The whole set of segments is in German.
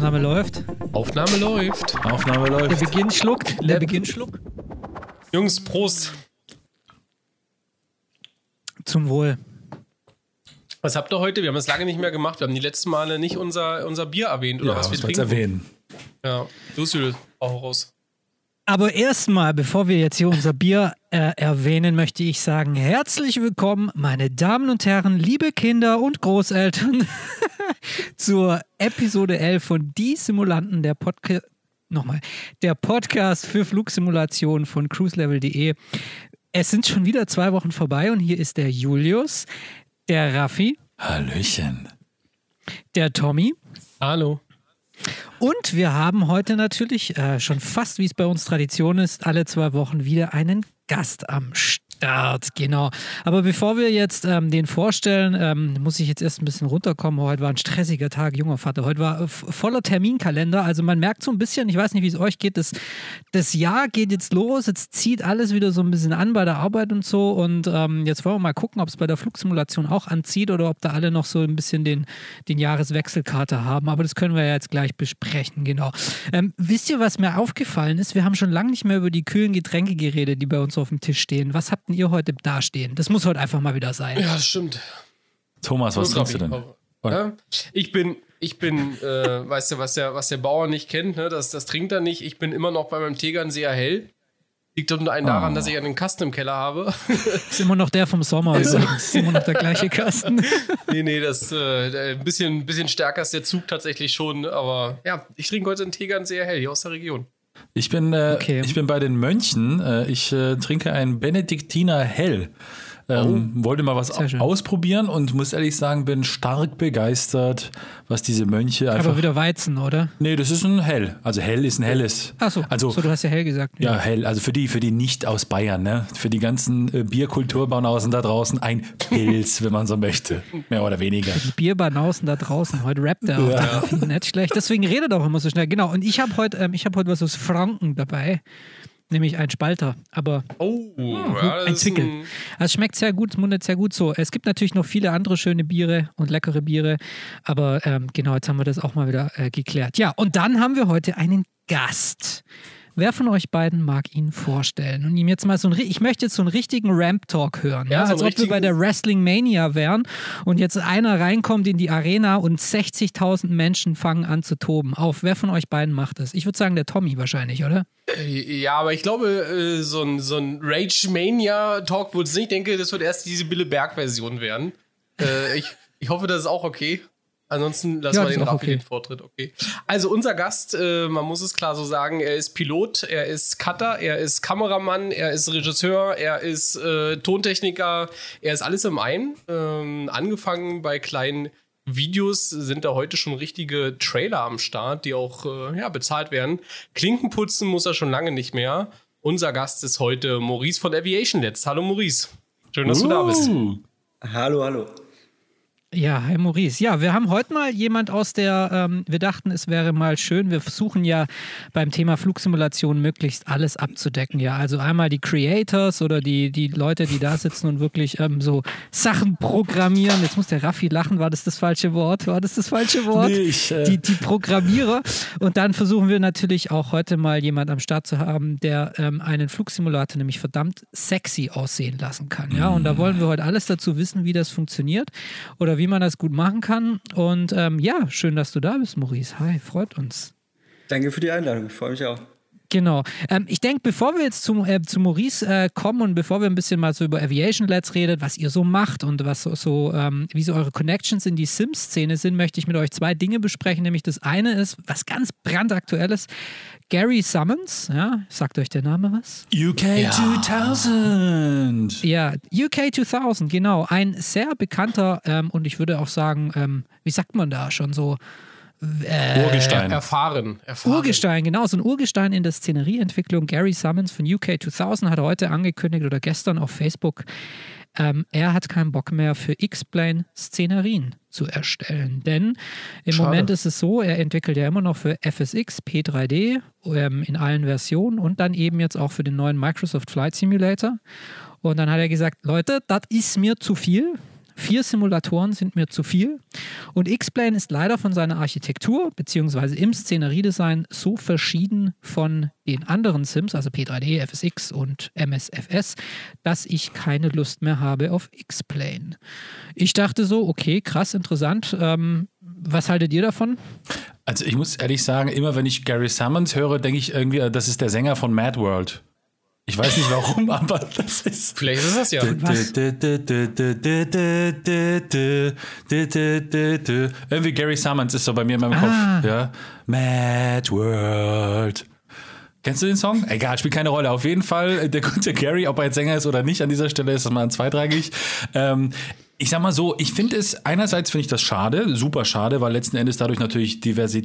Aufnahme läuft. Aufnahme läuft. Aufnahme läuft. Der Beginn schluckt. Der Beginn schluckt. Jungs, Prost. Zum Wohl. Was habt ihr heute? Wir haben es lange nicht mehr gemacht. Wir haben die letzten Male nicht unser Bier erwähnt oder Ja, was wir was wir trinken. erwähnen. Ja, du Süd, auch raus. Aber erstmal, bevor wir jetzt hier unser Bier erwähnen, möchte ich sagen, herzlich willkommen, meine Damen und Herren, liebe Kinder und Großeltern, zur Episode 11 von Die Simulanten, der Podcast für Flugsimulationen von cruiselevel.de. Es sind schon wieder 2 Wochen vorbei und hier ist der Julius, der Raffi, Hallöchen. der Tommy. Hallo. Und wir haben heute natürlich, schon fast wie es bei uns Tradition ist, alle 2 Wochen wieder einen Gast am Start. Genau. Aber bevor wir jetzt den vorstellen, muss ich jetzt erst ein bisschen runterkommen. Heute war ein stressiger Tag, junger Vater. Heute war voller Terminkalender. Also man merkt so ein bisschen, ich weiß nicht, wie es euch geht, das Jahr geht jetzt los. Jetzt zieht alles wieder so ein bisschen an bei der Arbeit und so. Und jetzt wollen wir mal gucken, ob es bei der Flugsimulation auch anzieht oder ob da alle noch so ein bisschen den Jahreswechselkater haben. Aber das können wir ja jetzt gleich besprechen. Genau. Wisst ihr, was mir aufgefallen ist? Wir haben schon lange nicht mehr über die kühlen Getränke geredet, die bei uns auf dem Tisch stehen. Was habt ihr heute dastehen? Das muss heute einfach mal wieder sein. Ja, das stimmt. Thomas, was trinkst du denn? Ja? Ich bin, weißt du, was der Bauer nicht kennt, ne? Das trinkt er nicht. Ich bin immer noch bei meinem Tegern sehr hell. Liegt unter anderem daran, dass ich einen Kasten im Keller habe. Ist immer noch der vom Sommer übrigens. Ist immer noch der gleiche Kasten. Nee, das ein bisschen stärker ist der Zug tatsächlich schon. Aber ja, ich trinke heute einen Tegern sehr hell, hier aus der Region. Ich bin bei den Mönchen. Ich trinke ein Benediktiner Hell. Wollte mal was ausprobieren und muss ehrlich sagen, bin stark begeistert, was diese Mönche einfach... Aber wieder Weizen, oder? Nee, das ist ein Hell. Also Hell ist ein helles. Ach so, also, du hast ja Hell gesagt. Ja, Hell. Also für die nicht aus Bayern, ne? Für die ganzen Bierkulturbanausen da draußen ein Pilz, wenn man so möchte. Mehr oder weniger. Für die Bierbanausen da draußen. Heute rappt er auch. Ja. Nicht schlecht. Deswegen redet er auch immer so schnell. Genau. Und ich habe heute was aus Franken dabei. Nämlich ein Spalter, aber ein Zwickel. Es schmeckt sehr gut, es mundet sehr gut so. Es gibt natürlich noch viele andere schöne Biere und leckere Biere, aber genau, jetzt haben wir das auch mal wieder geklärt. Ja, und dann haben wir heute einen Gast. Wer von euch beiden mag ihn vorstellen? Und ihm jetzt mal ich möchte jetzt so einen richtigen Ramp-Talk hören. Ja, so als ob wir bei der Wrestling Mania wären und jetzt einer reinkommt in die Arena und 60.000 Menschen fangen an zu toben. Wer von euch beiden macht das? Ich würde sagen, der Tommy wahrscheinlich, oder? Ja, aber ich glaube, so ein Rage-Mania-Talk wird es nicht. Ich denke, das wird erst diese Bille-Berg-Version werden. Ich hoffe, das ist auch okay. Ansonsten lassen wir den Raffi den Vortritt, okay. Also unser Gast, man muss es klar so sagen, er ist Pilot, er ist Cutter, er ist Kameramann, er ist Regisseur, er ist Tontechniker, er ist alles im einen. Angefangen bei kleinen Videos sind da heute schon richtige Trailer am Start, die auch bezahlt werden. Klinken putzen muss er schon lange nicht mehr. Unser Gast ist heute Maurice von Aviation Let's. Hallo Maurice, schön, dass du da bist. Hallo. Ja, hi Maurice. Ja, wir haben heute mal jemand aus der, wir dachten, es wäre mal schön, wir versuchen ja beim Thema Flugsimulation möglichst alles abzudecken. Ja, also einmal die Creators oder die Leute, die da sitzen und wirklich so Sachen programmieren. Jetzt muss der Raffi lachen, war das falsche Wort? Nee, die Programmierer. Und dann versuchen wir natürlich auch heute mal jemand am Start zu haben, der einen Flugsimulator nämlich verdammt sexy aussehen lassen kann. Ja, und da wollen wir heute alles dazu wissen, wie das funktioniert oder wie man das gut machen kann. Und schön, dass du da bist, Maurice. Hi, freut uns. Danke für die Einladung, ich freue mich auch. Genau. Ich denke, bevor wir jetzt zu Maurice kommen und bevor wir ein bisschen mal so über Aviation Let's redet, was ihr so macht und was wie so eure Connections in die Sims-Szene sind, möchte ich mit euch 2 Dinge besprechen. Nämlich das eine ist, was ganz brandaktuelles, Gary Summons, ja, sagt euch der Name was? UK 2000! Ja, UK 2000, genau. Ein sehr bekannter und ich würde auch sagen, wie sagt man da schon so? Urgestein. Erfahren. Urgestein, genau. So ein Urgestein in der Szenerieentwicklung. Gary Summons von UK 2000 hat heute angekündigt oder gestern auf Facebook, er hat keinen Bock mehr für X-Plane Szenerien zu erstellen. Denn im Moment ist es so, er entwickelt ja immer noch für FSX, P3D in allen Versionen und dann eben jetzt auch für den neuen Microsoft Flight Simulator. Und dann hat er gesagt, Leute, das ist mir zu viel. 4 Simulatoren sind mir zu viel. Und X-Plane ist leider von seiner Architektur bzw. im Szeneriedesign so verschieden von den anderen Sims, also P3D, FSX und MSFS, dass ich keine Lust mehr habe auf X-Plane. Ich dachte so, okay, krass, interessant. Was haltet ihr davon? Also ich muss ehrlich sagen, immer wenn ich Gary Summons höre, denke ich irgendwie, das ist der Sänger von Mad World. Ich weiß nicht warum, aber das ist... Vielleicht ist das ja. Irgendwie Gary Summons ist so bei mir in meinem Kopf. Ja? Mad World. Kennst du den Song? Egal, spielt keine Rolle. Auf jeden Fall, der gute Gary, ob er jetzt Sänger ist oder nicht, an dieser Stelle ist das mal zweitrangig. Ich sag mal so, ich finde es, einerseits finde ich das schade, super schade, weil letzten Endes dadurch natürlich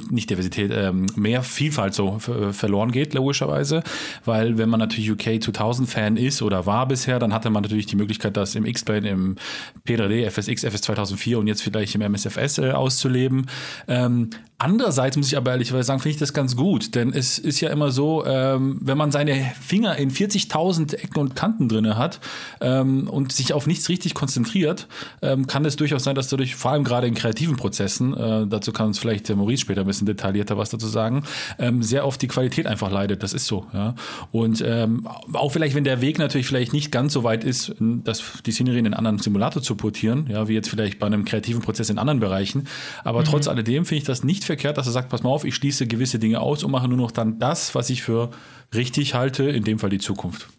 mehr Vielfalt so verloren geht, logischerweise, weil wenn man natürlich UK 2000 Fan ist oder war bisher, dann hatte man natürlich die Möglichkeit, das im X-Plane, im P3D, FSX, FS 2004 und jetzt vielleicht im MSFS auszuleben. Andererseits muss ich aber ehrlicherweise sagen, finde ich das ganz gut, denn es ist ja immer so, wenn man seine Finger in 40.000 Ecken und Kanten drinne hat und sich auf nichts richtig konzentriert, kann es durchaus sein, dass dadurch, vor allem gerade in kreativen Prozessen, dazu kann uns vielleicht der Maurice später ein bisschen detaillierter was dazu sagen, sehr oft die Qualität einfach leidet. Das ist so. Ja? Und auch vielleicht, wenn der Weg natürlich vielleicht nicht ganz so weit ist, die Szenerie in einen anderen Simulator zu portieren, ja, wie jetzt vielleicht bei einem kreativen Prozess in anderen Bereichen. Aber trotz alledem finde ich das nicht verkehrt, dass er sagt, pass mal auf, ich schließe gewisse Dinge aus und mache nur noch dann das, was ich für richtig halte, in dem Fall die Zukunft.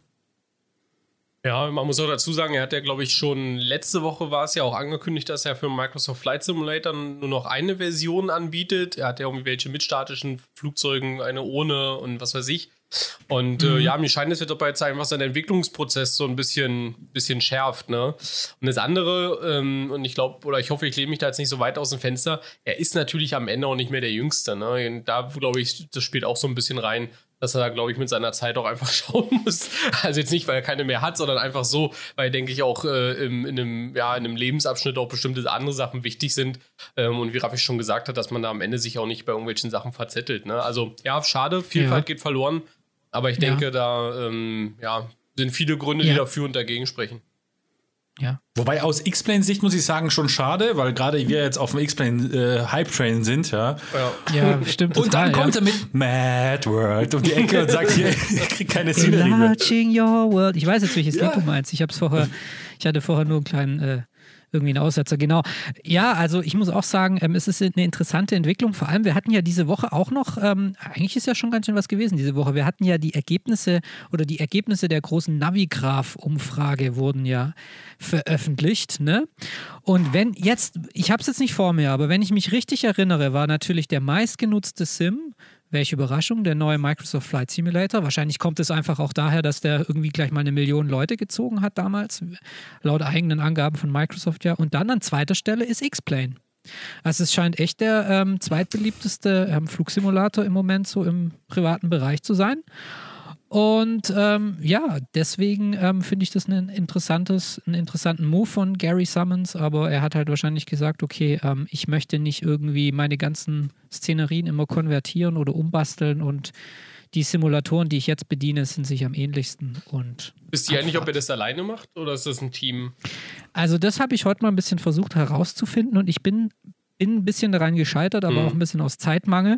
Ja, man muss auch dazu sagen, er hat ja, glaube ich, schon letzte Woche war es ja auch angekündigt, dass er für Microsoft Flight Simulator nur noch eine Version anbietet. Er hat ja irgendwie welche mit statischen Flugzeugen, eine ohne und was weiß ich. Und mir scheint es, wird dabei zeigen, was sein Entwicklungsprozess so ein bisschen schärft, ne? Und das andere, und ich glaube, oder ich hoffe, ich lehne mich da jetzt nicht so weit aus dem Fenster, er ist natürlich am Ende auch nicht mehr der Jüngste, ne? Und da, glaube ich, das spielt auch so ein bisschen rein, dass er da, glaube ich, mit seiner Zeit auch einfach schauen muss. Also jetzt nicht, weil er keine mehr hat, sondern einfach so, weil, denke ich, auch in einem Lebensabschnitt auch bestimmte andere Sachen wichtig sind. Und wie Raffi schon gesagt hat, dass man da am Ende sich auch nicht bei irgendwelchen Sachen verzettelt, ne? Also, ja, schade, Vielfalt geht verloren. Aber ich denke, da sind viele Gründe, die dafür und dagegen sprechen. Ja. Wobei aus X-Plane-Sicht muss ich sagen, schon schade, weil gerade wir jetzt auf dem X-Plane Hype-Train sind, ja. Ja, stimmt. Und dann kommt er mit Mad World um die Ecke und sagt, hier, ich krieg keine Szenerie mehr. Your world. Ich weiß jetzt, welches Lied du meinst. Ich hatte vorher nur einen kleinen irgendwie einen Aussetzer, genau. Ja, also ich muss auch sagen, es ist eine interessante Entwicklung. Vor allem, wir hatten ja diese Woche auch noch, eigentlich ist ja schon ganz schön was gewesen diese Woche. Wir hatten ja die Ergebnisse der großen Navigraph-Umfrage wurden ja veröffentlicht, ne? Und ich habe es jetzt nicht vor mir, aber wenn ich mich richtig erinnere, war natürlich der meistgenutzte Sim, welche Überraschung, der neue Microsoft Flight Simulator. Wahrscheinlich kommt es einfach auch daher, dass der irgendwie gleich mal 1 Million Leute gezogen hat damals, laut eigenen Angaben von Microsoft ja. Und dann an zweiter Stelle ist X-Plane. Also es scheint echt der zweitbeliebteste Flugsimulator im Moment so im privaten Bereich zu sein. Und deswegen finde ich das einen interessanten Move von Gary Summons, aber er hat halt wahrscheinlich gesagt, okay, ich möchte nicht irgendwie meine ganzen Szenerien immer konvertieren oder umbasteln und die Simulatoren, die ich jetzt bediene, sind sich am ähnlichsten. Wisst ihr eigentlich, ob er das alleine macht oder ist das ein Team? Also das habe ich heute mal ein bisschen versucht herauszufinden und ich bin ein bisschen daran gescheitert, aber auch ein bisschen aus Zeitmangel.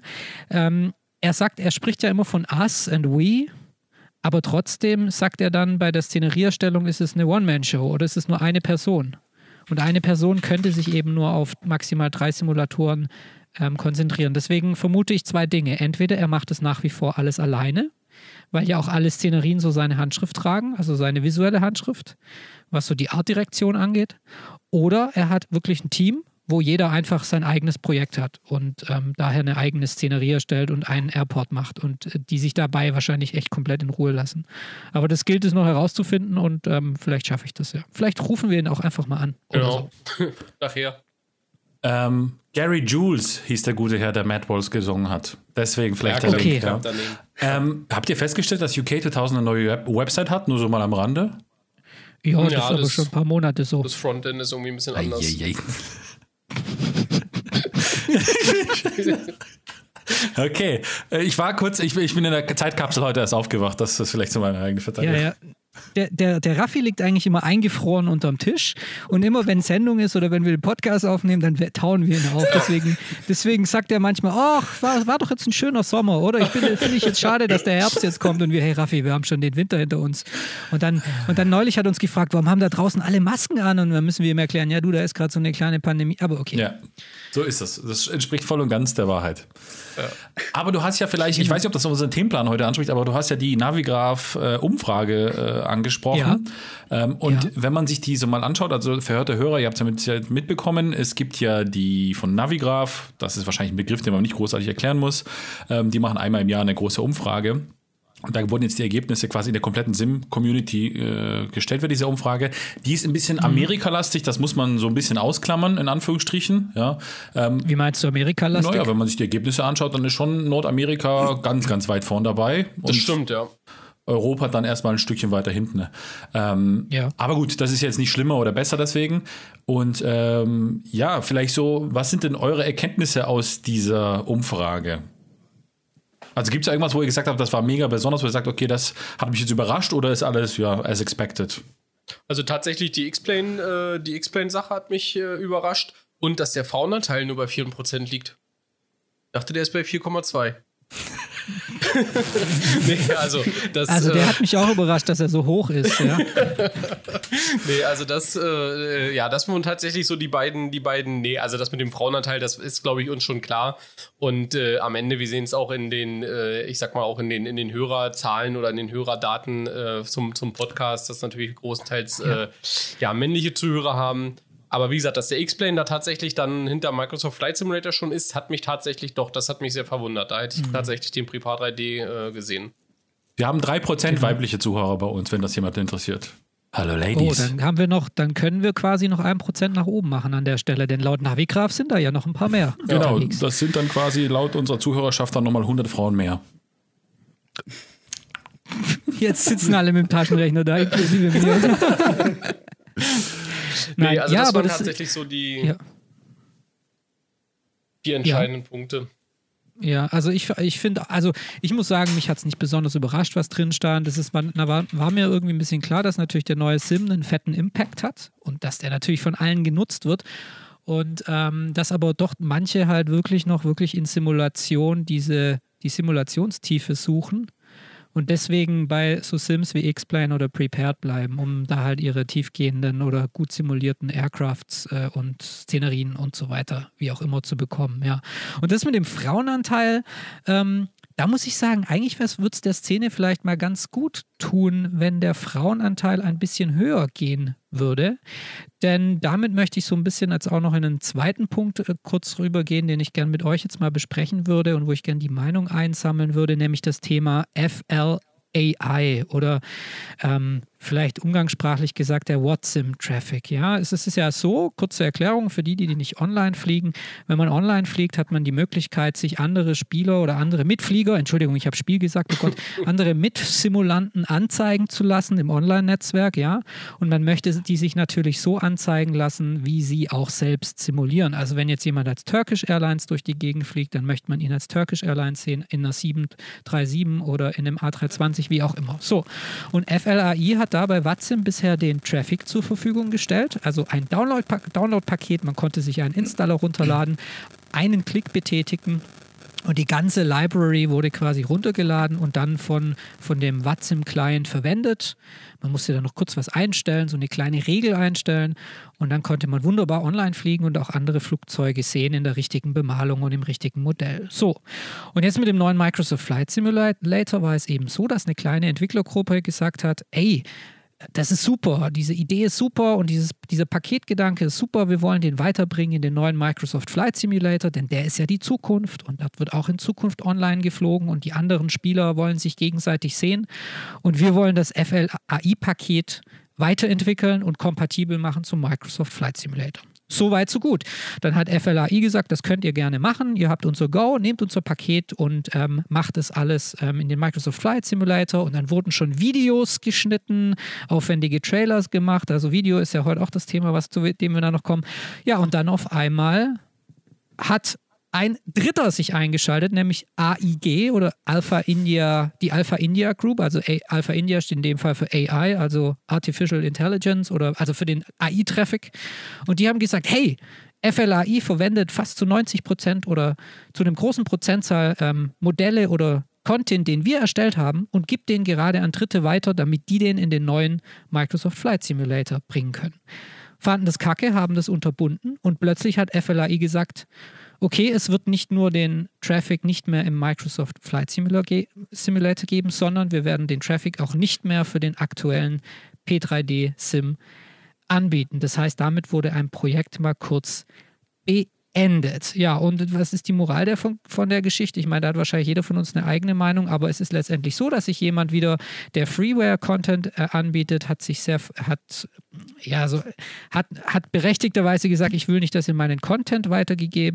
Er spricht ja immer von us and we. Aber trotzdem sagt er dann, bei der Szenerieerstellung ist es eine One-Man-Show oder ist es nur eine Person. Und eine Person könnte sich eben nur auf maximal 3 Simulatoren konzentrieren. Deswegen vermute ich 2 Dinge. Entweder er macht es nach wie vor alles alleine, weil ja auch alle Szenerien so seine Handschrift tragen, also seine visuelle Handschrift, was so die Artdirektion angeht. Oder er hat wirklich ein Team, wo jeder einfach sein eigenes Projekt hat und daher eine eigene Szenerie erstellt und einen Airport macht und die sich dabei wahrscheinlich echt komplett in Ruhe lassen. Aber das gilt es noch herauszufinden und vielleicht schaffe ich das ja. Vielleicht rufen wir ihn auch einfach mal an. Genau. So. Nachher. Gary Jules hieß der gute Herr, der Mad Balls gesungen hat. Deswegen vielleicht der Link. Ja. Habt ihr festgestellt, dass UK 2000 eine neue Website hat? Nur so mal am Rande? Ja, das ist aber schon ein paar Monate so. Das Frontend ist irgendwie ein bisschen anders. Okay, ich war kurz, ich bin in der Zeitkapsel heute erst aufgewacht, das ist vielleicht so meine eigene Verteidigung. Ja. der Raffi liegt eigentlich immer eingefroren unterm Tisch und immer wenn Sendung ist oder wenn wir den Podcast aufnehmen, dann tauen wir ihn auf. Deswegen sagt er manchmal, ach, war doch jetzt ein schöner Sommer, oder? Finde ich jetzt schade, dass der Herbst jetzt kommt und wir, hey Raffi, wir haben schon den Winter hinter uns. Und dann neulich hat uns gefragt, warum haben da draußen alle Masken an? Und dann müssen wir ihm erklären, ja du, da ist gerade so eine kleine Pandemie, aber okay. Ja, so ist das. Das entspricht voll und ganz der Wahrheit. Ja. Aber du hast ja vielleicht, ich weiß nicht, ob das unseren Themenplan heute anspricht, aber du hast ja die Navigraph-Umfrage angesprochen. Ja. Wenn man sich die so mal anschaut, also verhörte Hörer, ihr habt es ja mitbekommen, es gibt ja die von Navigraph, das ist wahrscheinlich ein Begriff, den man nicht großartig erklären muss, die machen einmal im Jahr eine große Umfrage. Und da wurden jetzt die Ergebnisse quasi in der kompletten Sim-Community gestellt für diese Umfrage. Die ist ein bisschen Amerikalastig, das muss man so ein bisschen ausklammern, in Anführungsstrichen. Ja. Wie meinst du Amerikalastig? Naja, wenn man sich die Ergebnisse anschaut, dann ist schon Nordamerika ganz, ganz weit vorn dabei. Das stimmt, ja. Europa dann erstmal ein Stückchen weiter hinten. Aber gut, das ist jetzt nicht schlimmer oder besser deswegen. Und vielleicht so, was sind denn eure Erkenntnisse aus dieser Umfrage? Also gibt es irgendwas, wo ihr gesagt habt, das war mega besonders, wo ihr sagt, okay, das hat mich jetzt überrascht oder ist alles as expected? Also tatsächlich die X-Plane-Sache hat mich überrascht und dass der Frauenanteil nur bei 4% liegt. Ich dachte, der ist bei 4,2. Nee, also der hat mich auch überrascht, dass er so hoch ist. Ja. Nee, also das waren tatsächlich so die beiden, also das mit dem Frauenanteil, das ist, glaube ich, uns schon klar. Und am Ende, wir sehen es auch in den, auch in den Hörerzahlen oder in den Hörerdaten zum Podcast, dass natürlich großenteils männliche Zuhörer haben. Aber wie gesagt, dass der X-Plane da tatsächlich dann hinter Microsoft Flight Simulator schon ist, hat mich sehr verwundert. Da hätte ich tatsächlich den Prepar 3D gesehen. Wir haben 3% weibliche Zuhörer bei uns, wenn das jemand interessiert. Hallo Ladies. Oh, dann können wir quasi noch 1% nach oben machen an der Stelle, denn laut Navigraph sind da ja noch ein paar mehr. Genau, das sind dann quasi laut unserer Zuhörerschaft dann nochmal 100 Frauen mehr. Jetzt sitzen alle mit dem Taschenrechner da, inklusive mir. Nee, also das waren tatsächlich so die entscheidenden Punkte. Ja, also ich finde, ich muss sagen, mich hat es nicht besonders überrascht, was drin stand. War mir irgendwie ein bisschen klar, dass natürlich der neue Sim einen fetten Impact hat und dass der natürlich von allen genutzt wird. Und dass aber doch manche halt wirklich in Simulation die Simulationstiefe suchen. Und deswegen bei so Sims wie X-Plane oder Prepared bleiben, um da halt ihre tiefgehenden oder gut simulierten Aircrafts und Szenerien und so weiter, wie auch immer, zu bekommen. Ja. Und das mit dem Frauenanteil, da muss ich sagen, eigentlich wird es der Szene vielleicht mal ganz gut tun, wenn der Frauenanteil ein bisschen höher gehen würde. Denn damit möchte ich so ein bisschen als auch noch in einen zweiten Punkt kurz rübergehen, den ich gern mit euch jetzt mal besprechen würde und wo ich gern die Meinung einsammeln würde, nämlich das Thema FLAI oder vielleicht umgangssprachlich gesagt der WhatSim-Traffic. Ja, es ist ja so, kurze Erklärung für die nicht online fliegen. Wenn man online fliegt, hat man die Möglichkeit, sich andere Spieler oder andere Mitflieger, Entschuldigung, ich habe Spiel gesagt, oh Gott, andere Mitsimulanten anzeigen zu lassen im Online-Netzwerk, ja. Und man möchte die sich natürlich so anzeigen lassen, wie sie auch selbst simulieren. Also wenn jetzt jemand als Turkish Airlines durch die Gegend fliegt, dann möchte man ihn als Turkish Airlines sehen, in einer 737 oder in einem A320, wie auch immer. So, und FLAI hat da bei WhatSim bisher den Traffic zur Verfügung gestellt, also ein Download-Paket, man konnte sich einen Installer runterladen, einen Klick betätigen und die ganze Library wurde quasi runtergeladen und dann von dem WhatSim-Client verwendet. Man musste dann noch kurz was einstellen, so eine kleine Regel einstellen und dann konnte man wunderbar online fliegen und auch andere Flugzeuge sehen in der richtigen Bemalung und im richtigen Modell. So, und jetzt mit dem neuen Microsoft Flight Simulator war es eben so, dass eine kleine Entwicklergruppe gesagt hat, ey, das ist super, diese Idee ist super und dieser Paketgedanke ist super, wir wollen den weiterbringen in den neuen Microsoft Flight Simulator, denn der ist ja die Zukunft und das wird auch in Zukunft online geflogen und die anderen Spieler wollen sich gegenseitig sehen und wir wollen das FLAI-Paket weiterentwickeln und kompatibel machen zum Microsoft Flight Simulator. So weit, so gut. Dann hat FLAI gesagt, das könnt ihr gerne machen. Ihr habt unser Go, nehmt unser Paket und macht es alles in den Microsoft Flight Simulator. Und dann wurden schon Videos geschnitten, aufwendige Trailers gemacht. Also Video ist ja heute auch das Thema, zu dem wir da noch kommen. Ja, und dann auf einmal hat ein dritter sich eingeschaltet, nämlich AIG oder die Alpha India Group, also Alpha India steht in dem Fall für AI, also Artificial Intelligence oder also für den AI-Traffic. Und die haben gesagt, hey, FLAI verwendet fast zu 90% oder zu einem großen Prozentzahl Modelle oder Content, den wir erstellt haben und gibt den gerade an Dritte weiter, damit die den in den neuen Microsoft Flight Simulator bringen können. Fanden das kacke, haben das unterbunden und plötzlich hat FLAI gesagt, okay, es wird nicht nur den Traffic nicht mehr im Microsoft Flight Simulator geben, sondern wir werden den Traffic auch nicht mehr für den aktuellen P3D-Sim anbieten. Das heißt, damit wurde ein Projekt mal kurz beendet. Ja, und was ist die Moral von der Geschichte? Ich meine, da hat wahrscheinlich jeder von uns eine eigene Meinung, aber es ist letztendlich so, dass sich jemand wieder, der Freeware-Content anbietet, hat berechtigterweise gesagt, ich will nicht, dass ihr meinen Content weitergebt.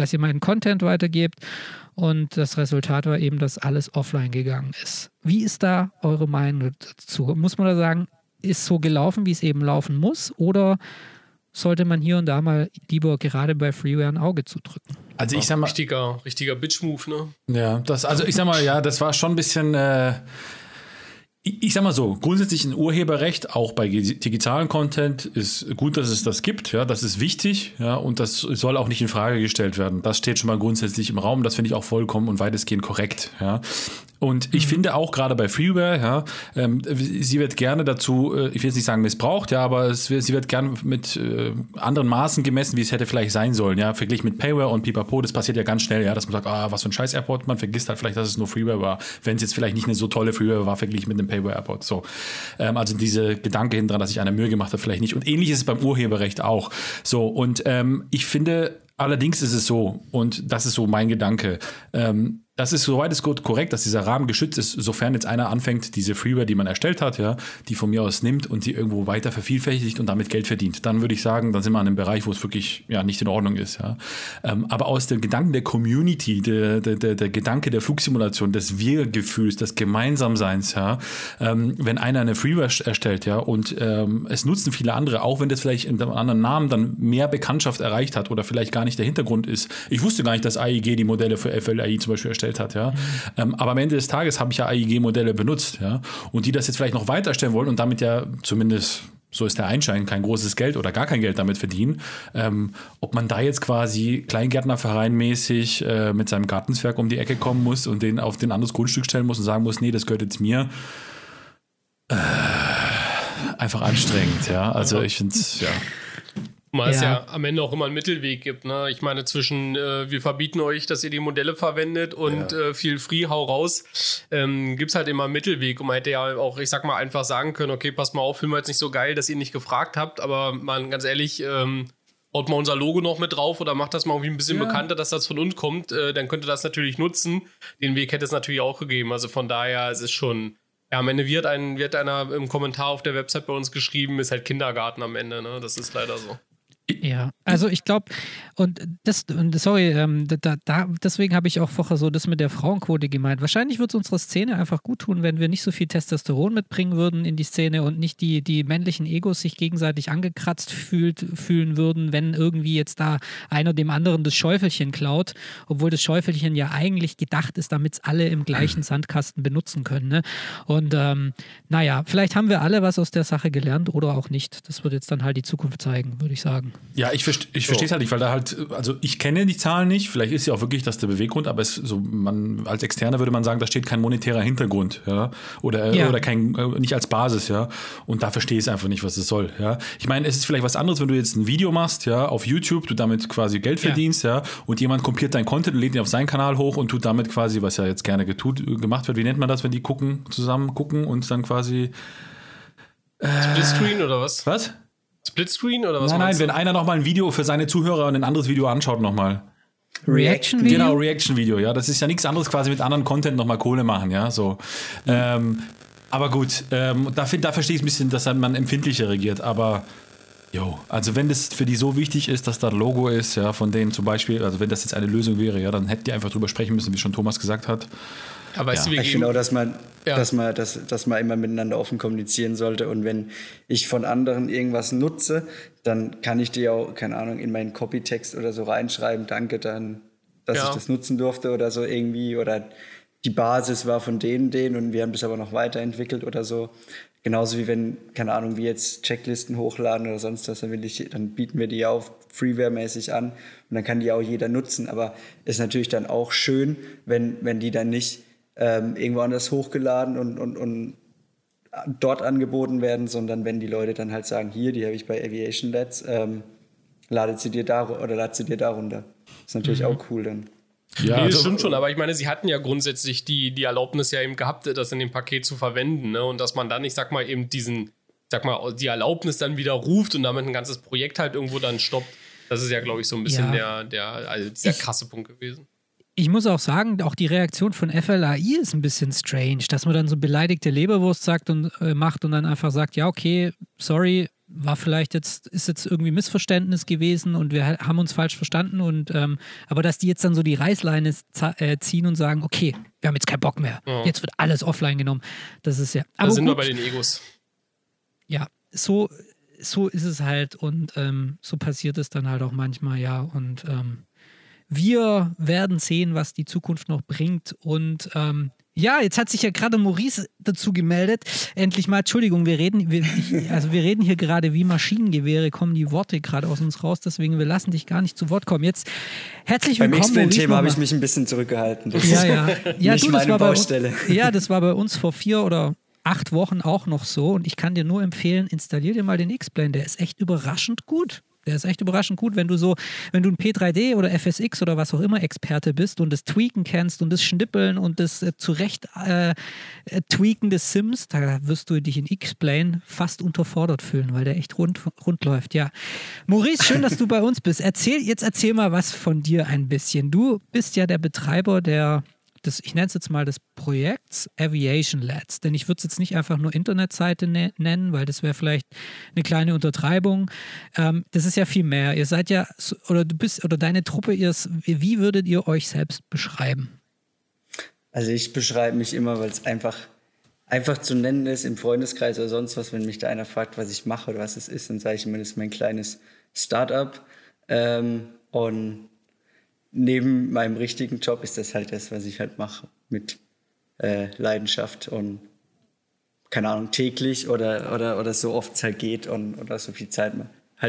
Und das Resultat war eben, dass alles offline gegangen ist. Wie ist da eure Meinung dazu? Muss man da sagen, ist so gelaufen, wie es eben laufen muss, oder sollte man hier und da mal lieber gerade bei Freeware ein Auge zudrücken? Also ich sag mal, richtiger Bitch-Move, ne? Ja, das war schon ein bisschen, ich sag mal so, grundsätzlich ein Urheberrecht, auch bei digitalen Content, ist gut, dass es das gibt, ja, das ist wichtig, ja, und das soll auch nicht in Frage gestellt werden. Das steht schon mal grundsätzlich im Raum, das finde ich auch vollkommen und weitestgehend korrekt, ja. Und ich finde auch gerade bei Freeware, ja, sie wird gerne dazu, ich will jetzt nicht sagen missbraucht, ja, aber sie wird gerne mit anderen Maßen gemessen, wie es hätte vielleicht sein sollen, ja, verglichen mit Payware und Pipapo, das passiert ja ganz schnell, ja, dass man sagt, was für ein Scheiß-Airport, man vergisst halt vielleicht, dass es nur Freeware war, wenn es jetzt vielleicht nicht eine so tolle Freeware war, verglichen mit einem Payware-Airport, so. Also diese Gedanke hinten dran, dass sich einer Mühe gemacht hat, vielleicht nicht. Und ähnlich ist es beim Urheberrecht auch. So, und ich finde, allerdings ist es so, und das ist so mein Gedanke, das ist soweit es gut korrekt, dass dieser Rahmen geschützt ist, sofern jetzt einer anfängt, diese Freeware, die man erstellt hat, ja, die von mir aus nimmt und die irgendwo weiter vervielfältigt und damit Geld verdient. Dann würde ich sagen, dann sind wir an einem Bereich, wo es wirklich ja nicht in Ordnung ist. Ja. Aber aus dem Gedanken der Community, der Gedanke der Flugsimulation, des Wir-Gefühls, des Gemeinsamseins, ja, wenn einer eine Freeware erstellt, ja, und es nutzen viele andere, auch wenn das vielleicht in einem anderen Namen dann mehr Bekanntschaft erreicht hat oder vielleicht gar nicht der Hintergrund ist. Ich wusste gar nicht, dass AIG die Modelle für FLAI zum Beispiel erstellt hat, ja. Aber am Ende des Tages habe ich ja AIG-Modelle benutzt, ja. Und die das jetzt vielleicht noch weiterstellen wollen und damit ja zumindest, so ist der Einschein, kein großes Geld oder gar kein Geld damit verdienen. Ob man da jetzt quasi Kleingärtnervereinmäßig mit seinem Gartenzwerg um die Ecke kommen muss und den auf den anderes Grundstück stellen muss und sagen muss, nee, das gehört jetzt mir. Einfach anstrengend, ja. Also ich finde es, ja. Weil es ja am Ende auch immer einen Mittelweg gibt, ne? Ich meine, zwischen wir verbieten euch, dass ihr die Modelle verwendet und viel Free, hau raus, gibt's halt immer einen Mittelweg. Und man hätte ja auch, ich sag mal, einfach sagen können, okay, passt mal auf, finden wir jetzt nicht so geil, dass ihr nicht gefragt habt, aber mal ganz ehrlich, haut mal unser Logo noch mit drauf oder macht das mal irgendwie ein bisschen bekannter, dass das von uns kommt, dann könnt ihr das natürlich nutzen. Den Weg hätte es natürlich auch gegeben. Also von daher, es ist schon, ja, am Ende wird einer im Kommentar auf der Website bei uns geschrieben, ist halt Kindergarten am Ende, ne? Das ist leider so. Ja, also ich glaube, deswegen habe ich auch vorher so das mit der Frauenquote gemeint. Wahrscheinlich würde es unserer Szene einfach gut tun, wenn wir nicht so viel Testosteron mitbringen würden in die Szene und nicht die männlichen Egos sich gegenseitig angekratzt fühlen würden, wenn irgendwie jetzt da einer dem anderen das Schäufelchen klaut, obwohl das Schäufelchen ja eigentlich gedacht ist, damit es alle im gleichen Sandkasten benutzen können. Ne? Und vielleicht haben wir alle was aus der Sache gelernt oder auch nicht. Das wird jetzt dann halt die Zukunft zeigen, würde ich sagen. Ja, ich verstehe es halt nicht, weil da halt, also ich kenne die Zahlen nicht, vielleicht ist ja auch wirklich das der Beweggrund, aber als Externer würde man sagen, da steht kein monetärer Hintergrund, ja, oder nicht als Basis, ja, und da verstehe ich es einfach nicht, was es soll, ja. Ich meine, es ist vielleicht was anderes, wenn du jetzt ein Video machst, ja, auf YouTube, du damit quasi Geld verdienst, ja, und jemand kopiert deinen Content und lädt ihn auf seinen Kanal hoch und tut damit quasi, was ja jetzt gerne gemacht wird, wie nennt man das, wenn die zusammen gucken und dann quasi Splitscreen oder was? Was? Splitscreen oder was? Nein, wenn einer nochmal ein Video für seine Zuhörer und ein anderes Video anschaut nochmal. Reaction-Video? Genau, Reaction-Video, ja. Das ist ja nichts anderes, quasi mit anderen Content nochmal Kohle machen, ja, so. Aber gut, da verstehe ich ein bisschen, dass man empfindlicher reagiert, aber also wenn das für die so wichtig ist, dass da ein Logo ist, ja, von denen zum Beispiel, also wenn das jetzt eine Lösung wäre, ja, dann hätten die einfach drüber sprechen müssen, wie schon Thomas gesagt hat. Aber ich finde auch, dass man immer miteinander offen kommunizieren sollte, und wenn ich von anderen irgendwas nutze, dann kann ich dir auch, keine Ahnung, in meinen Copytext oder so reinschreiben, danke, dann dass ich das nutzen durfte oder so irgendwie, oder die Basis war von denen und wir haben das aber noch weiterentwickelt oder so. Genauso wie wenn, keine Ahnung, wir jetzt Checklisten hochladen oder sonst was, dann bieten wir die ja auch Freeware-mäßig an und dann kann die auch jeder nutzen. Aber ist natürlich dann auch schön, wenn die dann nicht irgendwo anders hochgeladen und dort angeboten werden, sondern wenn die Leute dann halt sagen, hier, die habe ich bei Aviation Labs, ladet sie dir da runter. Ist natürlich auch cool dann. Ja, das stimmt schon, aber ich meine, sie hatten ja grundsätzlich die Erlaubnis ja eben gehabt, das in dem Paket zu verwenden, ne? Und dass man dann, ich sag mal, eben die Erlaubnis dann wieder ruft und damit ein ganzes Projekt halt irgendwo dann stoppt, das ist ja, glaube ich, so ein bisschen dieser krasse Punkt gewesen. Ich muss auch sagen, auch die Reaktion von FLAI ist ein bisschen strange, dass man dann so beleidigte Leberwurst sagt und macht und dann einfach sagt, ja, okay, sorry, ist jetzt irgendwie Missverständnis gewesen und wir haben uns falsch verstanden und aber dass die jetzt dann so die Reißleine ziehen und sagen, okay, wir haben jetzt keinen Bock mehr, jetzt wird alles offline genommen. Das ist ja. Da sind wir bei den Egos. Ja, so ist es halt und so passiert es dann halt auch manchmal, ja, und wir werden sehen, was die Zukunft noch bringt und ja, jetzt hat sich ja gerade Maurice dazu gemeldet. Endlich mal, Entschuldigung, wir reden hier gerade wie Maschinengewehre, kommen die Worte gerade aus uns raus, deswegen wir lassen dich gar nicht zu Wort kommen. Jetzt herzlich willkommen. Beim Explain-Thema habe ich mich ein bisschen zurückgehalten. Das ist nicht meine Baustelle. Das war bei uns vor 4 oder 8 Wochen auch noch so und ich kann dir nur empfehlen, installier dir mal den X-Plane, der ist echt überraschend gut. Der ist echt überraschend gut, wenn du ein P3D oder FSX oder was auch immer Experte bist und das Tweaken kennst und das Schnippeln und das Tweaken des Sims, da wirst du dich in X-Plane fast unterfordert fühlen, weil der echt rund läuft. Ja. Maurice, schön, dass du bei uns bist. Erzähl mal was von dir ein bisschen. Du bist ja der Betreiber ich nenne es jetzt mal des Projekts Aviation Labs, denn ich würde es jetzt nicht einfach nur Internetseite nennen, weil das wäre vielleicht eine kleine Untertreibung. Das ist ja viel mehr. Ihr seid ja, oder deine Truppe, wie würdet ihr euch selbst beschreiben? Also ich beschreibe mich immer, weil es einfach zu nennen ist im Freundeskreis oder sonst was, wenn mich da einer fragt, was ich mache oder was es ist, dann sage ich immer, das ist mein kleines Start-up und neben meinem richtigen Job ist das halt das, was ich halt mache mit Leidenschaft und keine Ahnung, täglich oder so oft es halt geht oder so viel Zeit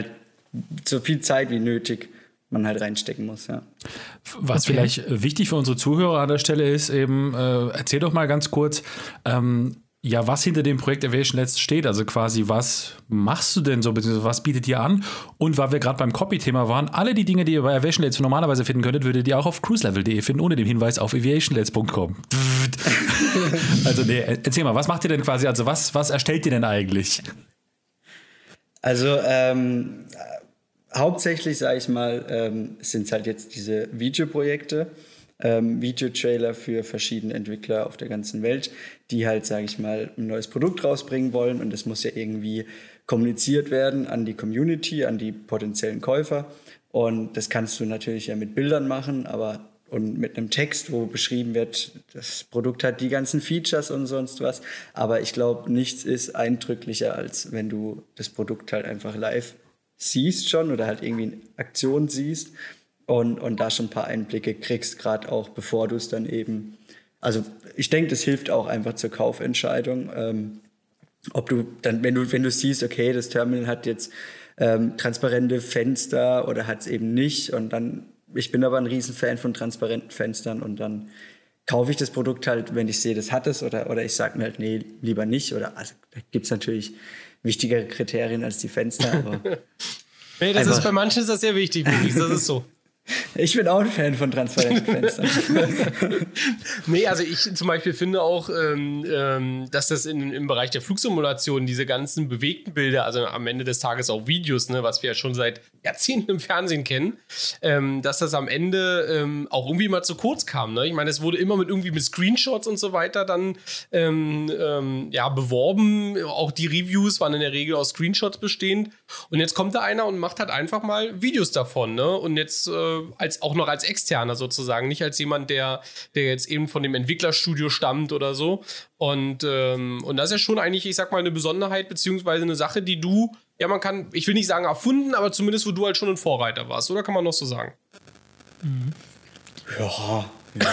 wie nötig man halt reinstecken muss, ja. Was vielleicht wichtig für unsere Zuhörer an der Stelle ist, eben, erzähl doch mal ganz kurz, was hinter dem Projekt Aviation Labs steht, also quasi, was machst du denn so, beziehungsweise was bietet ihr an? Und weil wir gerade beim Copy-Thema waren, alle die Dinge, die ihr bei Aviation Labs normalerweise finden könntet, würdet ihr auch auf cruiselevel.de finden, ohne den Hinweis auf aviationlabs.com. Also erzähl mal, was macht ihr denn quasi, also was erstellt ihr denn eigentlich? Also hauptsächlich, sage ich mal, sind es halt jetzt diese Videoprojekte, Videotrailer für verschiedene Entwickler auf der ganzen Welt, die halt, sage ich mal, ein neues Produkt rausbringen wollen und das muss ja irgendwie kommuniziert werden an die Community, an die potenziellen Käufer und das kannst du natürlich ja mit Bildern machen, und mit einem Text, wo beschrieben wird, das Produkt hat die ganzen Features und sonst was, aber ich glaube, nichts ist eindrücklicher, als wenn du das Produkt halt einfach live siehst schon oder halt irgendwie in Aktion siehst und da schon ein paar Einblicke kriegst, gerade auch bevor du es dann eben, also ich denke, das hilft auch einfach zur Kaufentscheidung, ob du dann, wenn du siehst, okay, das Terminal hat jetzt transparente Fenster oder hat es eben nicht und dann, ich bin aber ein Riesenfan von transparenten Fenstern und dann kaufe ich das Produkt halt, wenn ich sehe, das hat es oder ich sage mir halt, nee, lieber nicht oder also da gibt es natürlich wichtigere Kriterien als die Fenster, aber nee, das ist bei manchen ist das sehr wichtig, das ist so. Ich bin auch ein Fan von transparenten Fenstern. Nee, also ich zum Beispiel finde auch, dass das im Bereich der Flugsimulation diese ganzen bewegten Bilder, also am Ende des Tages auch Videos, ne, was wir ja schon seit Jahrzehnten im Fernsehen kennen, dass das am Ende auch irgendwie mal zu kurz kam. Ne? Ich meine, es wurde immer mit Screenshots und so weiter dann beworben. Auch die Reviews waren in der Regel aus Screenshots bestehend. Und jetzt kommt da einer und macht halt einfach mal Videos davon. Ne? Und jetzt auch noch als Externer sozusagen, nicht als jemand, der jetzt eben von dem Entwicklerstudio stammt oder so. Und das ist ja schon eigentlich, ich sag mal, eine Besonderheit, beziehungsweise eine Sache, die du, ja, man kann, ich will nicht sagen erfunden, aber zumindest, wo du halt schon ein Vorreiter warst, oder kann man noch so sagen? Ja.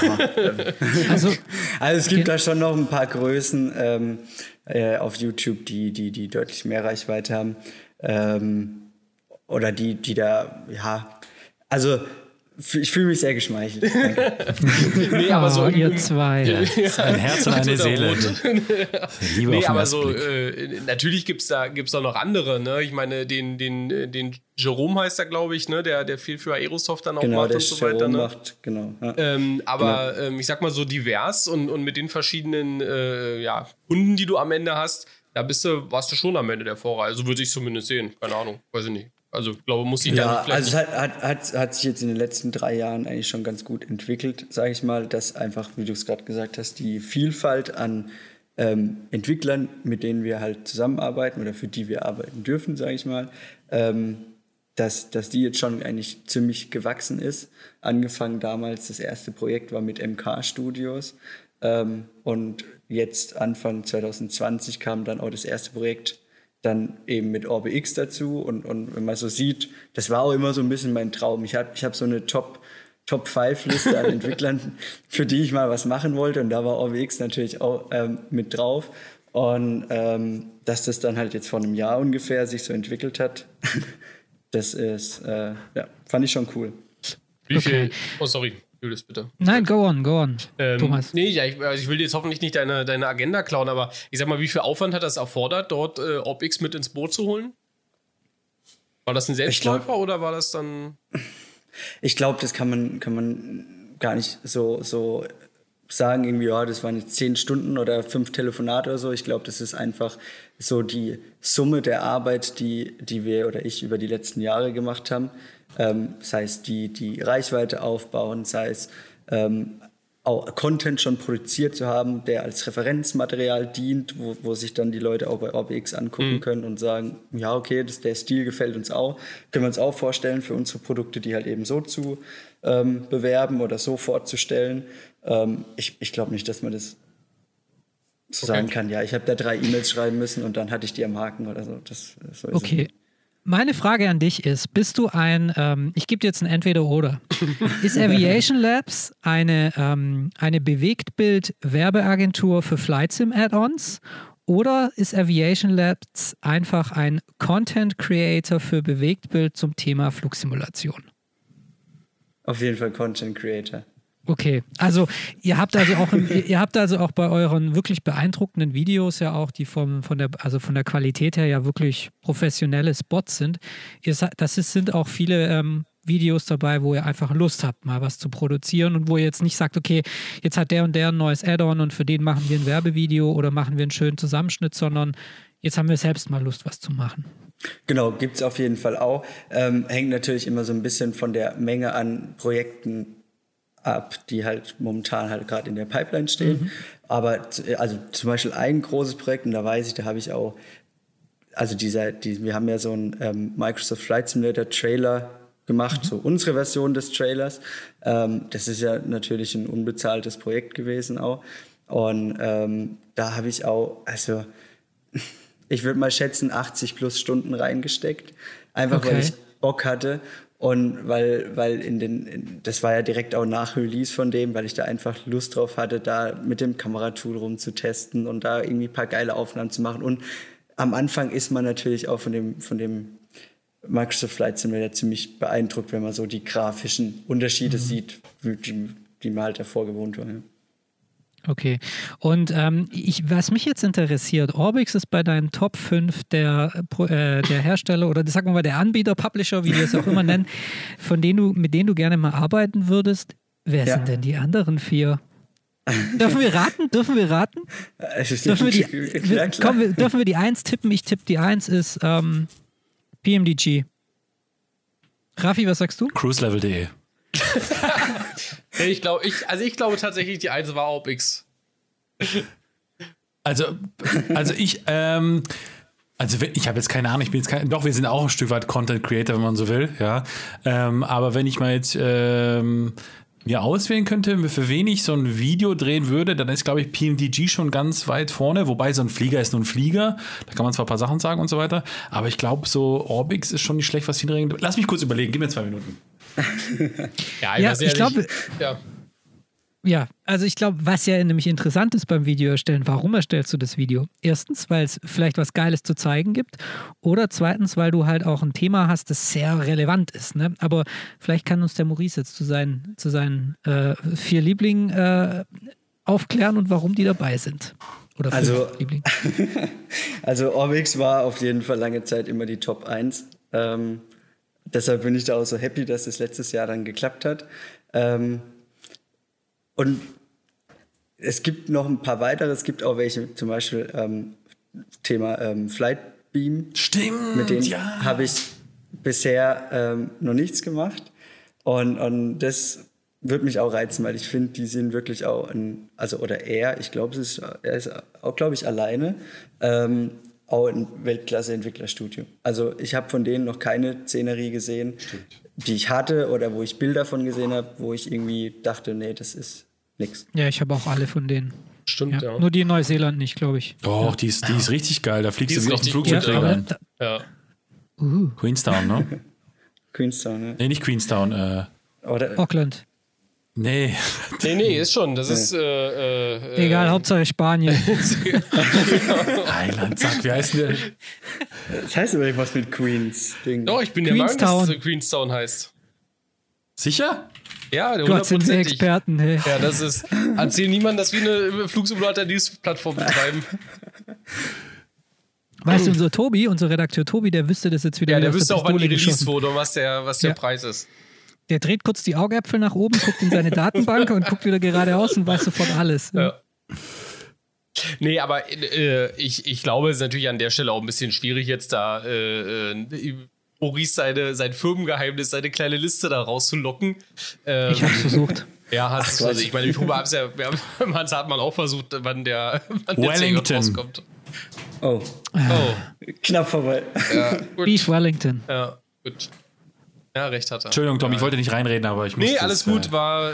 Also es gibt da schon noch ein paar Größen auf YouTube, die deutlich mehr Reichweite haben. Oder die da, ja, also ich fühle mich sehr geschmeichelt. Nee, aber so ihr zwei. Ja, ein Herz und eine Seele. Liebe nee, aber so, natürlich gibt's da noch andere, ne? Ich meine, den Jerome heißt er, glaube ich, ne? Der viel für Aerosoft dann auch macht und so weiter. Ne? Macht, genau. Ja. Aber genau. Ich sag mal so divers und mit den verschiedenen Kunden, die du am Ende hast, da warst du schon am Ende der Vorreiter. Also würde ich zumindest sehen. Keine Ahnung, weiß ich nicht. Also ich glaube, muss ich da nicht vielleicht... Also es hat sich jetzt in den letzten 3 Jahren eigentlich schon ganz gut entwickelt, sage ich mal, dass einfach, wie du es gerade gesagt hast, die Vielfalt an Entwicklern, mit denen wir halt zusammenarbeiten oder für die wir arbeiten dürfen, sage ich mal, dass die jetzt schon eigentlich ziemlich gewachsen ist. Angefangen damals, das erste Projekt war mit MK Studios und jetzt Anfang 2020 kam dann auch das erste Projekt dann eben mit Orbix dazu und wenn man so sieht, das war auch immer so ein bisschen mein Traum. Ich hab so eine Top-5-Liste an Entwicklern, für die ich mal was machen wollte und da war Orbix natürlich auch mit drauf und dass das dann halt jetzt vor einem Jahr ungefähr sich so entwickelt hat, das ist, fand ich schon cool. Wie viel? Oh, sorry. Julius, bitte. Nein, go on, Thomas. Nee, ich will jetzt hoffentlich nicht deine Agenda klauen, aber ich sag mal, wie viel Aufwand hat das erfordert, dort Orbix mit ins Boot zu holen? War das ein Selbstläufer oder war das dann... Ich glaube, das kann man gar nicht so sagen, irgendwie, ja, das waren jetzt 10 Stunden oder 5 Telefonate oder so. Ich glaube, das ist einfach so die Summe der Arbeit, die wir oder ich über die letzten Jahre gemacht haben. Sei es die Reichweite aufbauen, sei es auch Content schon produziert zu haben, der als Referenzmaterial dient, wo sich dann die Leute auch bei Orbix angucken können und sagen, ja, okay, der Stil gefällt uns auch, können wir uns auch vorstellen für unsere Produkte, die halt eben so zu bewerben oder so vorzustellen. Ich glaube nicht, dass man das so sagen kann, ja, ich habe da 3 E-Mails schreiben müssen und dann hatte ich die am Haken oder so. So ist okay. Meine Frage an dich ist, bist du ich gebe dir jetzt ein Entweder-Oder. Ist Aviation Labs eine Bewegtbild-Werbeagentur für Flight Sim-Add-ons oder ist Aviation Labs einfach ein Content-Creator für Bewegtbild zum Thema Flugsimulation? Auf jeden Fall Content-Creator. Okay, also ihr habt also auch bei euren wirklich beeindruckenden Videos ja auch, die von der Qualität her ja wirklich professionelle Spots sind. Sind auch viele Videos dabei, wo ihr einfach Lust habt, mal was zu produzieren und wo ihr jetzt nicht sagt, okay, jetzt hat der und der ein neues Add-on und für den machen wir ein Werbevideo oder machen wir einen schönen Zusammenschnitt, sondern jetzt haben wir selbst mal Lust, was zu machen. Genau, gibt es auf jeden Fall auch. Hängt natürlich immer so ein bisschen von der Menge an Projekten ab, die halt momentan halt gerade in der Pipeline stehen. Aber also zum Beispiel ein großes Projekt, und da weiß ich, da habe ich auch, also wir haben ja so einen Microsoft Flight Simulator Trailer gemacht, so unsere Version des Trailers. Das ist ja natürlich ein unbezahltes Projekt gewesen auch. Und da habe ich auch, also ich würde mal schätzen, 80 plus Stunden reingesteckt. Einfach weil ich Bock hatte. Und weil das war ja direkt auch nach Release von dem, weil ich da einfach Lust drauf hatte, da mit dem Kameratool rumzutesten und da irgendwie ein paar geile Aufnahmen zu machen. Und am Anfang ist man natürlich auch von dem Microsoft Flight Simulator ziemlich beeindruckt, wenn man so die grafischen Unterschiede sieht, die man halt davor gewohnt war. Ja. Okay. Und was mich jetzt interessiert, Orbix ist bei deinen Top 5 der Hersteller oder sagen wir mal der Anbieter, Publisher, wie wir es auch immer nennen, mit denen du gerne mal arbeiten würdest. Wer sind denn die anderen 4? Dürfen wir raten? Dürfen wir die 1 tippen? Ich tippe, die 1 ist PMDG. Raffi, was sagst du? Cruiselevel.de. Ich glaube tatsächlich, die 1 war Orbix. Also ich habe jetzt keine Ahnung, doch, wir sind auch ein Stück weit Content Creator, wenn man so will, ja. Aber wenn ich mal jetzt mir auswählen könnte, für wen ich so ein Video drehen würde, dann ist, glaube ich, PMDG schon ganz weit vorne. Wobei so ein Flieger ist nur ein Flieger. Da kann man zwar ein paar Sachen sagen und so weiter. Aber ich glaube, so Orbix ist schon nicht schlecht, was viele regeln. Lass mich kurz überlegen. Gib mir 2 Minuten. Ich glaube... Ja, also ich glaube, was ja nämlich interessant ist beim Video erstellen, warum erstellst du das Video? Erstens, weil es vielleicht was Geiles zu zeigen gibt oder zweitens, weil du halt auch ein Thema hast, das sehr relevant ist. Ne? Aber vielleicht kann uns der Maurice jetzt zu seinen 4 Lieblingen aufklären und warum die dabei sind. Oder 5 Lieblinge. Also Orbix war auf jeden Fall lange Zeit immer die Top 1. Deshalb bin ich da auch so happy, dass es letztes Jahr dann geklappt hat. Und es gibt noch ein paar weitere, es gibt auch welche, zum Beispiel Thema Flightbeam. Stimmt, mit denen habe ich bisher noch nichts gemacht. Und das wird mich auch reizen, weil ich finde, die sind wirklich auch, er ist auch, glaube ich, alleine, auch ein Weltklasse-Entwicklerstudio. Also ich habe von denen noch keine Szenerie gesehen, die ich hatte oder wo ich Bilder von gesehen habe, wo ich irgendwie dachte, nee, das ist nix. Ja, ich habe auch alle von denen. Stimmt, ja. Nur die in Neuseeland nicht, glaube ich. Doch, die ist richtig geil. Da fliegst du wie auf dem Flugzeugträger. Ja. Queenstown, ne? Queenstown, ne? Nee, nicht Queenstown. Auckland. Nee. Nee, ist schon. Das ist. Egal, Hauptsache Spanien. Heiland, sag, wie heißt denn der? Das heißt aber was mit Queens. Doch, ich bin der Meinung, dass es Queenstown heißt. Sicher? Ja, 100%. Gott sind wir Experten, hey. Ja, das ist. Erzähl niemand, dass wir eine Flugsimulator-News-Plattform betreiben. Weißt du, unser Redakteur Tobi, der wüsste das jetzt wieder. Ja, der wüsste auch, wann die released wurde und was der Preis ist. Der dreht kurz die Augäpfel nach oben, guckt in seine Datenbank und guckt wieder geradeaus und weiß sofort alles. Ja. Nee, aber ich glaube, es ist natürlich an der Stelle auch ein bisschen schwierig, jetzt da Maurice sein Firmengeheimnis, seine kleine Liste da rauszulocken. Ich hab's versucht. Ja, hast du. Also ich meine, hat man auch versucht, wann der Wellington rauskommt. Oh. Knapp vorbei. Ja, Beef Wellington. Ja, gut. Ja, recht hat er. Entschuldigung, Tom, ich wollte nicht reinreden, aber ich musste. Nee, alles gut, war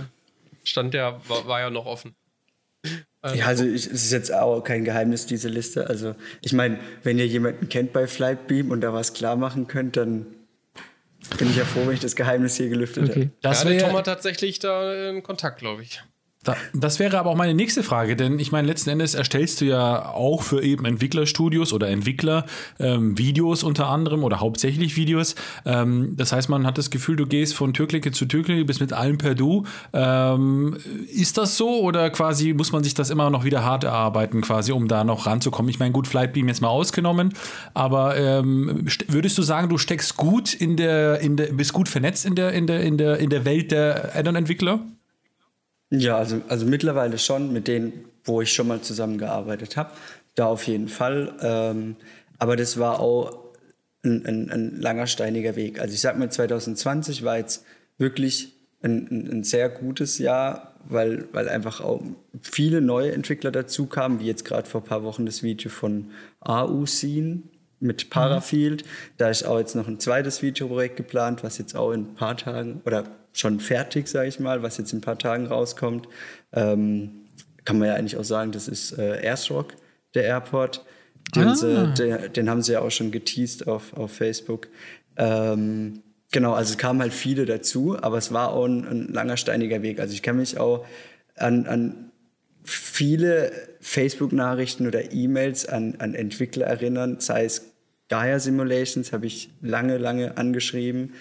ja noch offen. Ja, also es ist jetzt auch kein Geheimnis, diese Liste. Also ich meine, wenn ihr jemanden kennt bei Flightbeam und da was klar machen könnt, dann bin ich ja froh, wenn ich das Geheimnis hier gelüftet habe. Der Tom hat tatsächlich da einen Kontakt, glaube ich. Das wäre aber auch meine nächste Frage, denn ich meine, letzten Endes erstellst du ja auch für eben Entwicklerstudios oder Entwickler Videos unter anderem oder hauptsächlich Videos. Das heißt, man hat das Gefühl, du gehst von Türklinke zu Türklinke, bist mit allem per Du. Ist das so oder quasi muss man sich das immer noch wieder hart erarbeiten, quasi, um da noch ranzukommen? Ich meine, gut, Flightbeam jetzt mal ausgenommen, aber würdest du sagen, du steckst gut bist gut vernetzt in der Welt der Add-on-Entwickler? Ja, also mittlerweile schon mit denen, wo ich schon mal zusammengearbeitet habe. Da auf jeden Fall. Aber das war auch ein langer, steiniger Weg. Also ich sag mal, 2020 war jetzt wirklich ein sehr gutes Jahr, weil einfach auch viele neue Entwickler dazu kamen, wie jetzt gerade vor ein paar Wochen das Video von AU-Scene mit Parafield. Da ist auch jetzt noch ein zweites Videoprojekt geplant, was jetzt auch in ein paar Tagen oder schon fertig, sage ich mal, was jetzt in ein paar Tagen rauskommt. Kann man ja eigentlich auch sagen, das ist AirSrock, der Airport. Den haben sie ja auch schon geteased auf Facebook. Genau, also es kamen halt viele dazu, aber es war auch ein langer, steiniger Weg. Also ich kann mich auch an viele Facebook-Nachrichten oder E-Mails an Entwickler erinnern, sei es Gaia Simulations, habe ich lange angeschrieben.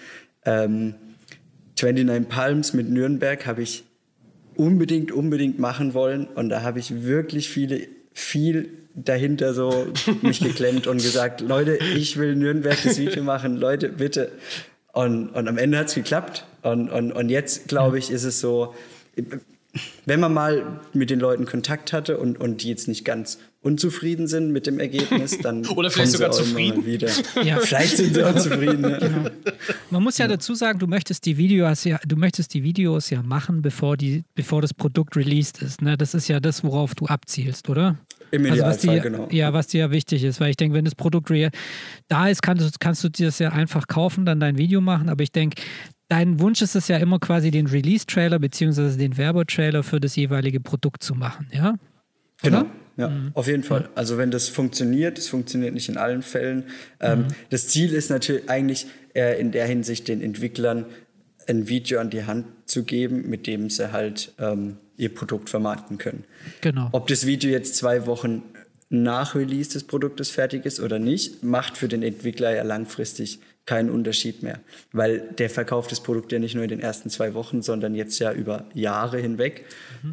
29 Palms mit Nürnberg habe ich unbedingt machen wollen und da habe ich wirklich viel dahinter so mich geklemmt und gesagt, Leute, ich will Nürnberg das Video machen, Leute, bitte. Und am Ende hat es geklappt und jetzt, glaube ich, ist es so, wenn man mal mit den Leuten Kontakt hatte und die jetzt nicht ganz unzufrieden sind mit dem Ergebnis, dann oder vielleicht sogar zufrieden. Wieder. Ja. Vielleicht sind sie auch zufrieden. Ja. Genau. Man muss ja dazu sagen, du möchtest die Videos ja machen, bevor das Produkt released ist. Ne? Das ist ja das, worauf du abzielst, oder? Im Idealfall, genau. Ja, was dir ja wichtig ist, weil ich denke, wenn das Produkt da ist, kannst du dir das ja einfach kaufen, dann dein Video machen, aber ich denke, dein Wunsch ist es ja immer quasi den Release-Trailer bzw. den Werbetrailer für das jeweilige Produkt zu machen, ja? Genau. Ja, auf jeden Fall. Also wenn das funktioniert nicht in allen Fällen. Das Ziel ist natürlich eigentlich in der Hinsicht den Entwicklern ein Video an die Hand zu geben, mit dem sie halt ihr Produkt vermarkten können. Genau. Ob das Video jetzt 2 Wochen nach Release des Produktes fertig ist oder nicht, macht für den Entwickler ja langfristig keinen Unterschied mehr. Weil der verkauft das Produkt ja nicht nur in den ersten 2 Wochen, sondern jetzt ja über Jahre hinweg.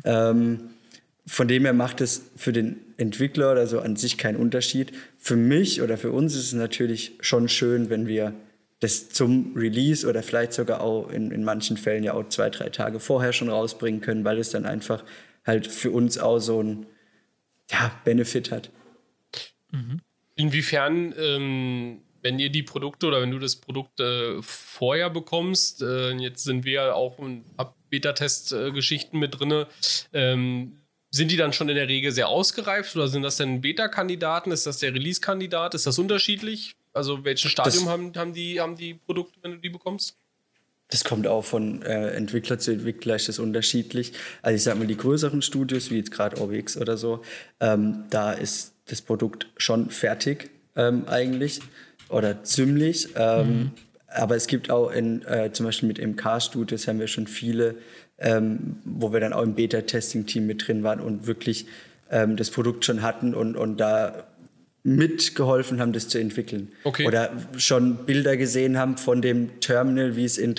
Von dem her macht es für den Entwickler oder so an sich keinen Unterschied. Für mich oder für uns ist es natürlich schon schön, wenn wir das zum Release oder vielleicht sogar auch in manchen Fällen ja auch 2-3 Tage vorher schon rausbringen können, weil es dann einfach halt für uns auch so ein Benefit hat. Inwiefern, wenn ihr die Produkte oder wenn du das Produkt vorher bekommst, jetzt sind wir ja auch in Beta-Test-Geschichten mit drin, sind die dann schon in der Regel sehr ausgereift oder sind das denn Beta-Kandidaten? Ist das der Release-Kandidat? Ist das unterschiedlich? Also welches Stadium haben die Produkte, wenn du die bekommst? Das kommt auch von Entwickler zu Entwickler, ist das unterschiedlich. Also ich sag mal, die größeren Studios, wie jetzt gerade OBX oder so, da ist das Produkt schon fertig eigentlich oder ziemlich. Aber es gibt auch zum Beispiel mit MK-Studios haben wir schon viele, wo wir dann auch im Beta-Testing-Team mit drin waren und wirklich das Produkt schon hatten und da mitgeholfen haben, das zu entwickeln. Okay. Oder schon Bilder gesehen haben von dem Terminal, wie es in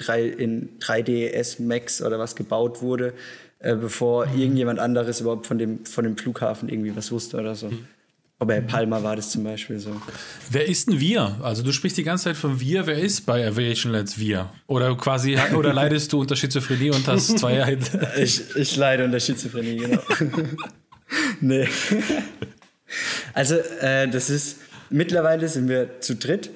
3ds Max oder was gebaut wurde, bevor irgendjemand anderes überhaupt von dem Flughafen irgendwie was wusste oder so. Aber bei Palma war das zum Beispiel so. Wer ist denn wir? Also du sprichst die ganze Zeit von wir. Wer ist bei Aviation Labs wir? Oder leidest du unter Schizophrenie und hast Zweiheit? Ich leide unter Schizophrenie, genau. Nee. Also mittlerweile sind wir zu dritt,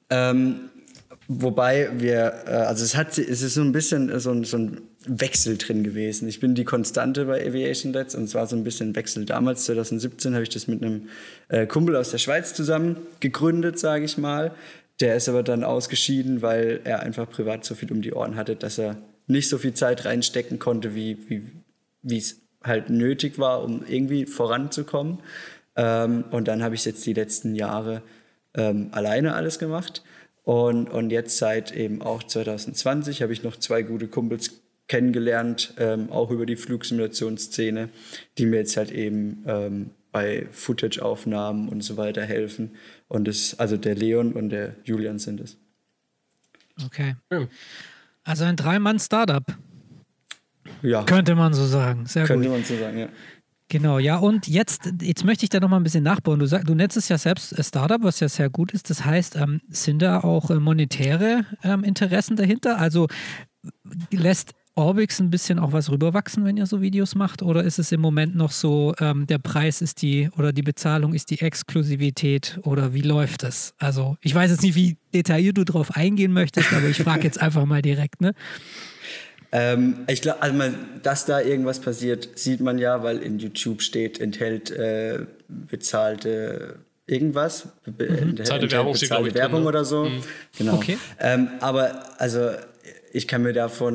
wobei es ist so ein bisschen so ein Wechsel drin gewesen. Ich bin die Konstante bei Aviation Labs und es war so ein bisschen ein Wechsel. Damals, 2017, habe ich das mit einem Kumpel aus der Schweiz zusammen gegründet, sage ich mal. Der ist aber dann ausgeschieden, weil er einfach privat so viel um die Ohren hatte, dass er nicht so viel Zeit reinstecken konnte, wie es halt nötig war, um irgendwie voranzukommen. Und dann habe ich jetzt die letzten Jahre alleine alles gemacht. Und jetzt seit eben auch 2020 habe ich noch 2 gute Kumpels kennengelernt, auch über die Flugsimulationsszene, die mir jetzt halt eben bei Footage-Aufnahmen und so weiter helfen. Und also der Leon und der Julian sind es. Okay. Also ein 3-Mann-Startup. Ja. Könnte man so sagen. Sehr Könnte gut. man so sagen, ja. Genau, ja, und jetzt möchte ich da noch mal ein bisschen nachbauen. Du nennst es ja selbst Startup, was ja sehr gut ist. Das heißt, sind da auch monetäre Interessen dahinter? Also lässt Orbix ein bisschen auch was rüberwachsen, wenn ihr so Videos macht? Oder ist es im Moment noch so, der Preis ist die Bezahlung ist die Exklusivität? Oder wie läuft es? Also ich weiß jetzt nicht, wie detailliert du drauf eingehen möchtest, aber ich frage jetzt einfach mal direkt, ne? Ich glaube, dass da irgendwas passiert, sieht man ja, weil in YouTube steht, enthält bezahlte irgendwas. Bezahlte Werbung steht, glaube ich, Werbung drin, oder so. Genau. Okay. Aber also wir können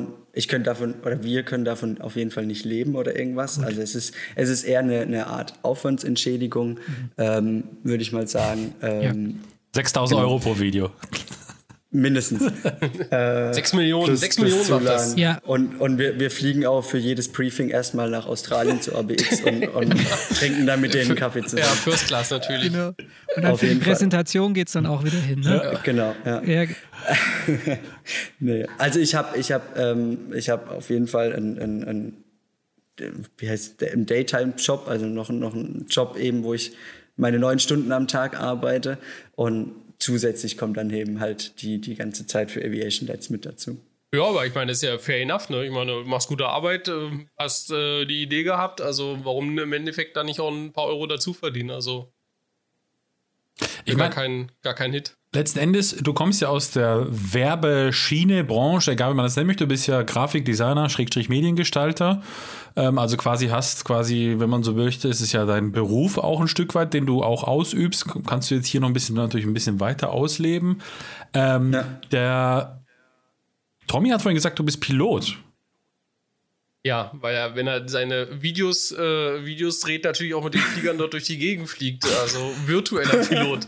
davon auf jeden Fall nicht leben oder irgendwas. Gut. Also es ist eher eine Art Aufwandsentschädigung, würde ich mal sagen. 6.000 Euro pro Video. Mindestens. 6 Millionen macht das. Ja. Und wir fliegen auch für jedes Briefing erstmal nach Australien zu ABX und trinken dann mit denen einen Kaffee zusammen. Ja, First Class natürlich. Genau. Und dann für die Präsentation geht es dann auch wieder hin. Ne? Ja, genau. Ja. Nee. Also ich hab auf jeden Fall einen Daytime-Job, also noch einen Job eben, wo ich meine 9 Stunden am Tag arbeite und zusätzlich kommt dann eben halt die ganze Zeit für Aviation Labs mit dazu. Ja, aber ich meine, das ist ja fair enough, ne? Ich meine, du machst gute Arbeit, hast die Idee gehabt, also warum im Endeffekt da nicht auch ein paar Euro dazu verdienen? Also ich meine, gar kein Hit. Letzten Endes, du kommst ja aus der Werbeschiene, Branche, egal wie man das nennen möchte, du bist ja Grafikdesigner, / Mediengestalter. Also wenn man so möchte, ist es ja dein Beruf auch ein Stück weit, den du auch ausübst. Kannst du jetzt hier noch natürlich ein bisschen weiter ausleben. Du Tommy hat vorhin gesagt, du bist Pilot. Ja, weil er, wenn er seine Videos dreht, natürlich auch mit den Fliegern dort durch die Gegend fliegt. Also virtueller Pilot.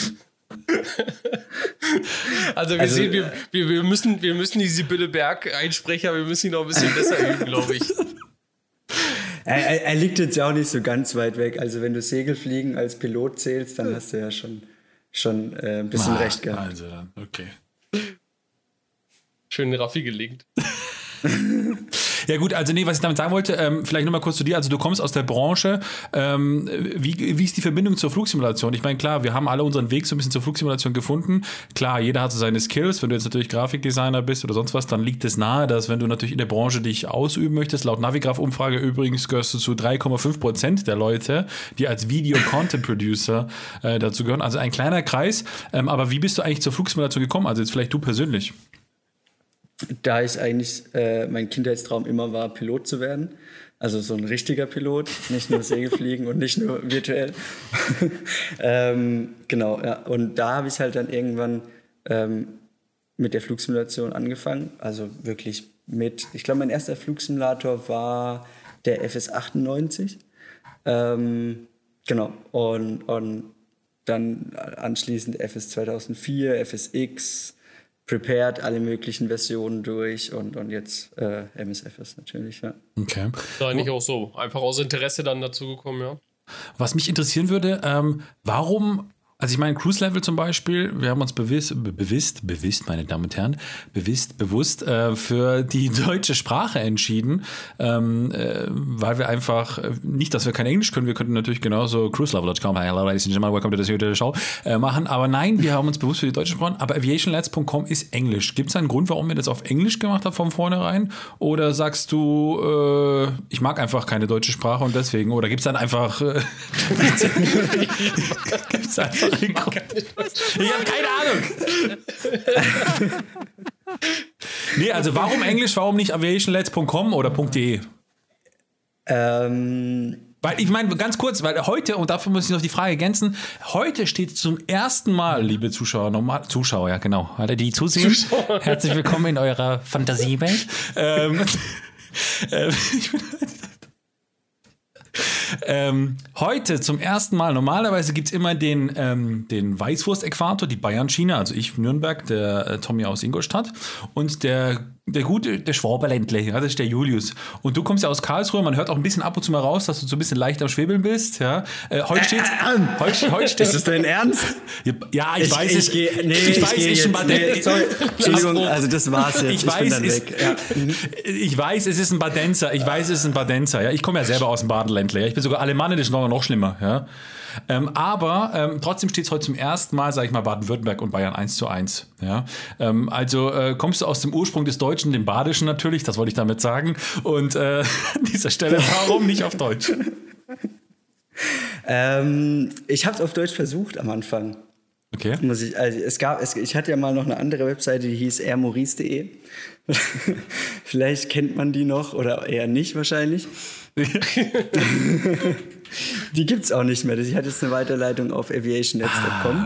Also sehen, wir müssen die Sibylle Berg-Einsprecher, wir müssen ihn noch ein bisschen besser üben, glaube ich. Er liegt jetzt ja auch nicht so ganz weit weg. Also wenn du Segelfliegen als Pilot zählst, dann hast du ja schon ein bisschen recht gehabt. Also dann, okay. Schön Raffi gelegt. Ja gut, also was ich damit sagen wollte, vielleicht nochmal kurz zu dir, also du kommst aus der Branche, wie ist die Verbindung zur Flugsimulation? Ich meine, klar, wir haben alle unseren Weg so ein bisschen zur Flugsimulation gefunden, klar, jeder hat so seine Skills, wenn du jetzt natürlich Grafikdesigner bist oder sonst was, dann liegt es nahe, dass wenn du natürlich in der Branche dich ausüben möchtest, laut Navigraph-Umfrage übrigens gehörst du zu 3,5% der Leute, die als Video-Content-Producer dazu gehören, also ein kleiner Kreis, aber wie bist du eigentlich zur Flugsimulation gekommen, also jetzt vielleicht du persönlich? Da ich eigentlich mein Kindheitstraum immer war, Pilot zu werden. Also so ein richtiger Pilot, nicht nur Segelfliegen und nicht nur virtuell. Genau, ja. Und da habe ich halt dann irgendwann mit der Flugsimulation angefangen. Also wirklich ich glaube, mein erster Flugsimulator war der FS98. Genau, und dann anschließend FS 2004, FSX, Prepared, alle möglichen Versionen durch und jetzt MSFS natürlich, ja. Okay. Ist eigentlich auch so. Einfach aus Interesse dann dazu gekommen, ja. Was mich interessieren würde, warum, also ich meine, Cruise Level zum Beispiel, wir haben uns bewusst, meine Damen und Herren, bewusst für die deutsche Sprache entschieden, weil wir einfach, nicht, dass wir kein Englisch können, wir könnten natürlich genauso cruiselevel.com, hello ladies and gentlemen, welcome to the show, machen, aber nein, wir haben uns bewusst für die deutsche Sprache, aber aviationlads.com ist Englisch. Gibt es einen Grund, warum ihr das auf Englisch gemacht habt von vornherein? Oder sagst du, ich mag einfach keine deutsche Sprache und deswegen, oder gibt es dann einfach, gibt's einfach ich habe keine Ahnung. Nee, also warum Englisch, warum nicht aviationlads.com oder .de? Weil ich meine, ganz kurz, weil heute, und dafür muss ich noch die Frage ergänzen, heute steht zum ersten Mal, liebe Zuschauer, ja genau, alle die zusehen, herzlich willkommen in eurer Fantasiewelt. Heute zum ersten Mal, normalerweise gibt es immer den Weißwurst-Äquator, die Bayern-Schiene, also ich Nürnberg, der Tommy aus Ingolstadt und der Schwaberländle, ja, das ist der Julius. Und du kommst ja aus Karlsruhe, man hört auch ein bisschen ab und zu mal raus, dass du so ein bisschen leicht am Schwebeln bist. Ja. Heute steht Ist das dein Ernst? Ja, ich weiß es. Entschuldigung, also das war's jetzt. Ich weiß, es ist ein Badenzer. Ja. Ich komme ja selber aus dem Badenländler. Ja. Ich bin sogar Alemanne, das ist noch schlimmer. Ja. Aber trotzdem steht es heute zum ersten Mal, sage ich mal, Baden-Württemberg und Bayern 1:1. Ja? Also kommst du aus dem Ursprung des Deutschen, dem Badischen natürlich, das wollte ich damit sagen. Und an dieser Stelle, warum nicht auf Deutsch? Ich habe es auf Deutsch versucht am Anfang. Okay. Ich hatte ja mal noch eine andere Webseite, die hieß airmaurice.de. Vielleicht kennt man die noch oder eher nicht wahrscheinlich. Die gibt es auch nicht mehr. Ich hatte jetzt eine Weiterleitung auf aviationnetz.com.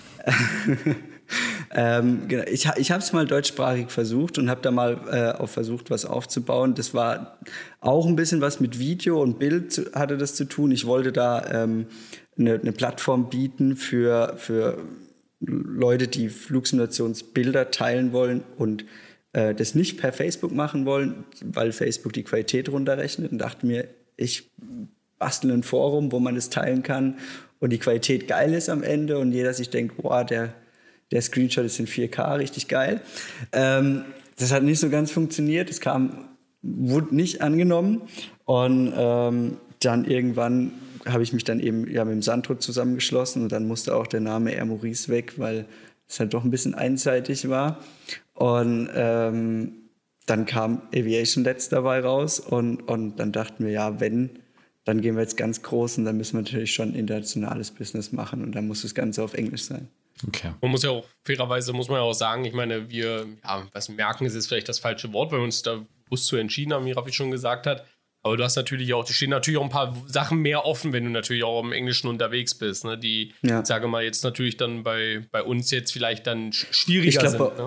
Genau. Ich habe es mal deutschsprachig versucht und habe da mal auch versucht, was aufzubauen. Das war auch ein bisschen was mit Video und Bild hatte das zu tun. Ich wollte da eine Plattform bieten für Leute, die Flugsimulationsbilder teilen wollen und das nicht per Facebook machen wollen, weil Facebook die Qualität runterrechnet und dachte mir, ich bastel ein Forum, wo man das teilen kann und die Qualität geil ist am Ende und jeder sich denkt, boah, der Screenshot ist in 4K, richtig geil. Das hat nicht so ganz funktioniert, wurde nicht angenommen und dann irgendwann habe ich mich dann eben mit dem Sandro zusammengeschlossen und dann musste auch der Name Air Maurice weg, weil es halt doch ein bisschen einseitig war. Und dann kam Aviation Lads dabei raus und dann dachten wir, ja, dann gehen wir jetzt ganz groß und dann müssen wir natürlich schon internationales Business machen und dann muss das Ganze auf Englisch sein. Okay. Man muss ja auch, fairerweise muss man ja auch sagen, ich meine, merken ist jetzt vielleicht das falsche Wort, weil wir uns da bewusst zu entschieden haben, wie Raffi schon gesagt hat. Aber du hast natürlich auch, stehen natürlich auch ein paar Sachen mehr offen, wenn du natürlich auch im Englischen unterwegs bist, ne? Die, sage mal, jetzt natürlich dann bei uns jetzt vielleicht dann schwieriger sind. Ne?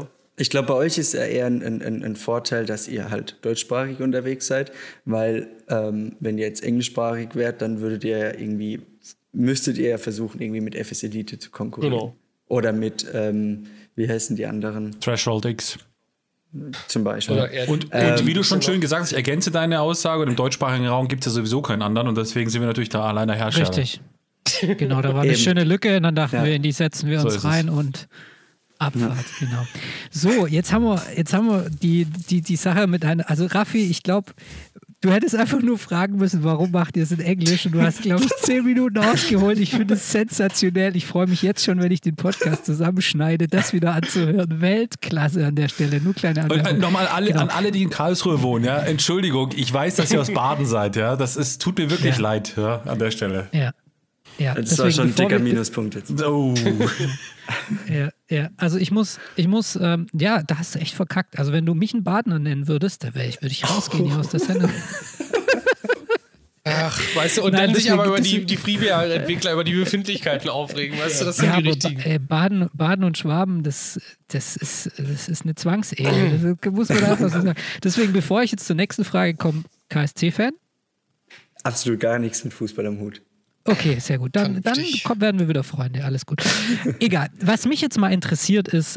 Ich glaube, bei euch ist ja eher ein Vorteil, dass ihr halt deutschsprachig unterwegs seid, weil wenn ihr jetzt englischsprachig wärt, dann müsstet ihr ja versuchen, irgendwie mit FS Elite zu konkurrieren. Genau. Oder mit, wie heißen die anderen? Threshold X. Zum Beispiel. Und wie du schon schön gesagt hast, ich ergänze deine Aussage, und im deutschsprachigen Raum gibt es ja sowieso keinen anderen und deswegen sind wir natürlich da alleine Herrscher. Richtig. Genau, da war eine schöne Lücke und dann dachten wir, in die setzen wir uns rein und Abfahrt, genau. So, jetzt haben wir die Sache mit einer, also Raffi, ich glaube, du hättest einfach nur fragen müssen, warum macht ihr es in Englisch? Und du hast, glaube ich, 10 Minuten ausgeholt. Ich finde es sensationell. Ich freue mich jetzt schon, wenn ich den Podcast zusammenschneide, das wieder anzuhören. Weltklasse an der Stelle. Nur kleine Anmerkung. Und nochmal an alle, die in Karlsruhe wohnen, ja, Entschuldigung, ich weiß, dass ihr aus Baden seid, ja. Tut mir wirklich leid, ja, an der Stelle. Ja, das war schon ein dicker Minuspunkt jetzt. Oh. Ja, also ich muss, da hast du echt verkackt. Also wenn du mich einen Badener nennen würdest, da würde ich rausgehen hier aus der Sendung. Ach, weißt du, und dann sich aber über die Freeware-Entwickler, über die Befindlichkeiten aufregen, weißt du, das sind die richtigen. Baden und Schwaben, das ist eine Zwangsehe. Das muss man einfach so sagen. Deswegen, bevor ich jetzt zur nächsten Frage komme, KSC-Fan? Absolut gar nichts mit Fußball am Hut. Okay, sehr gut. Dann werden wir wieder Freunde. Alles gut. Egal. Was mich jetzt mal interessiert ist,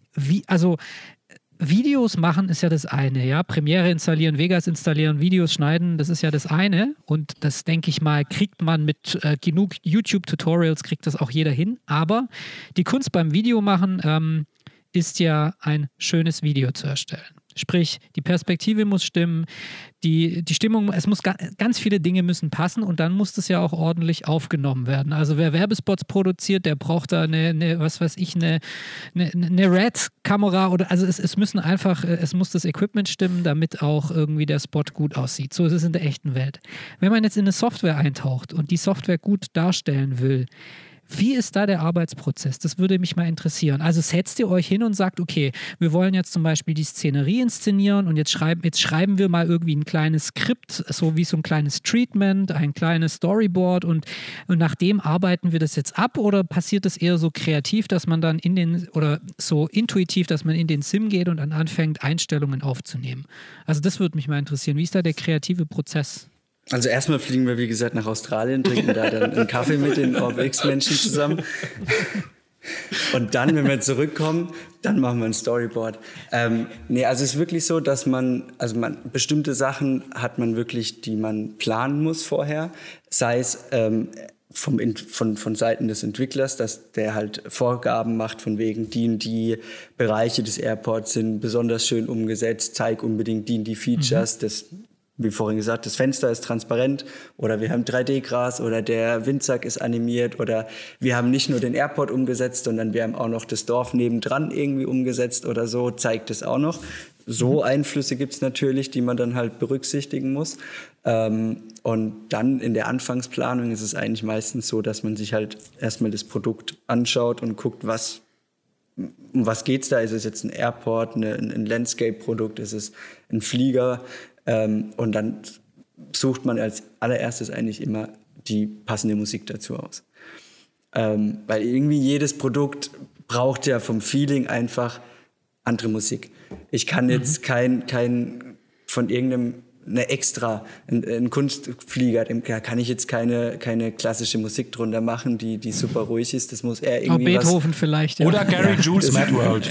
Videos machen ist ja das eine, ja. Premiere installieren, Vegas installieren, Videos schneiden, das ist ja das eine. Und das, denke ich mal, kriegt man mit genug YouTube-Tutorials, kriegt das auch jeder hin. Aber die Kunst beim Video machen ist ja ein schönes Video zu erstellen. Sprich, die Perspektive muss stimmen, die Stimmung, es muss ganz viele Dinge müssen passen und dann muss das ja auch ordentlich aufgenommen werden. Also wer Werbespots produziert, der braucht da eine Red-Kamera oder also es muss das Equipment stimmen, damit auch irgendwie der Spot gut aussieht. So ist es in der echten Welt. Wenn man jetzt in eine Software eintaucht und die Software gut darstellen will, wie ist da der Arbeitsprozess? Das würde mich mal interessieren. Also setzt ihr euch hin und sagt, okay, wir wollen jetzt zum Beispiel die Szenerie inszenieren und jetzt schreiben wir mal irgendwie ein kleines Skript, so wie so ein kleines Treatment, ein kleines Storyboard und nach dem arbeiten wir das jetzt ab oder passiert es eher so kreativ, dass man dann so intuitiv, dass man in den Sim geht und dann anfängt, Einstellungen aufzunehmen? Also das würde mich mal interessieren. Wie ist da der kreative Prozess? Also erstmal fliegen wir, wie gesagt, nach Australien, trinken da dann einen Kaffee mit den OrbX-Menschen zusammen. Und dann, wenn wir zurückkommen, dann machen wir ein Storyboard. Also es ist wirklich so, dass bestimmte Sachen hat man wirklich, die man planen muss vorher. Sei es von Seiten des Entwicklers, dass der halt Vorgaben macht von wegen, die Bereiche des Airports sind besonders schön umgesetzt, zeig unbedingt die Features, wie vorhin gesagt, das Fenster ist transparent oder wir haben 3D-Gras oder der Windsack ist animiert oder wir haben nicht nur den Airport umgesetzt, sondern wir haben auch noch das Dorf nebendran irgendwie umgesetzt oder so, zeigt es auch noch. So Einflüsse gibt es natürlich, die man dann halt berücksichtigen muss. Und dann in der Anfangsplanung ist es eigentlich meistens so, dass man sich halt erstmal das Produkt anschaut und guckt, um was geht's da? Ist es jetzt ein Airport, ein Landscape-Produkt, ist es ein Flieger? Und dann sucht man als allererstes eigentlich immer die passende Musik dazu aus. Weil irgendwie jedes Produkt braucht ja vom Feeling einfach andere Musik. Ich kann jetzt kein von irgendeinem ein Kunstflieger, da kann ich jetzt keine klassische Musik drunter machen, die super ruhig ist. Das muss eher irgendwie Beethoven vielleicht. Ja. Oder Gary Jules Mad World.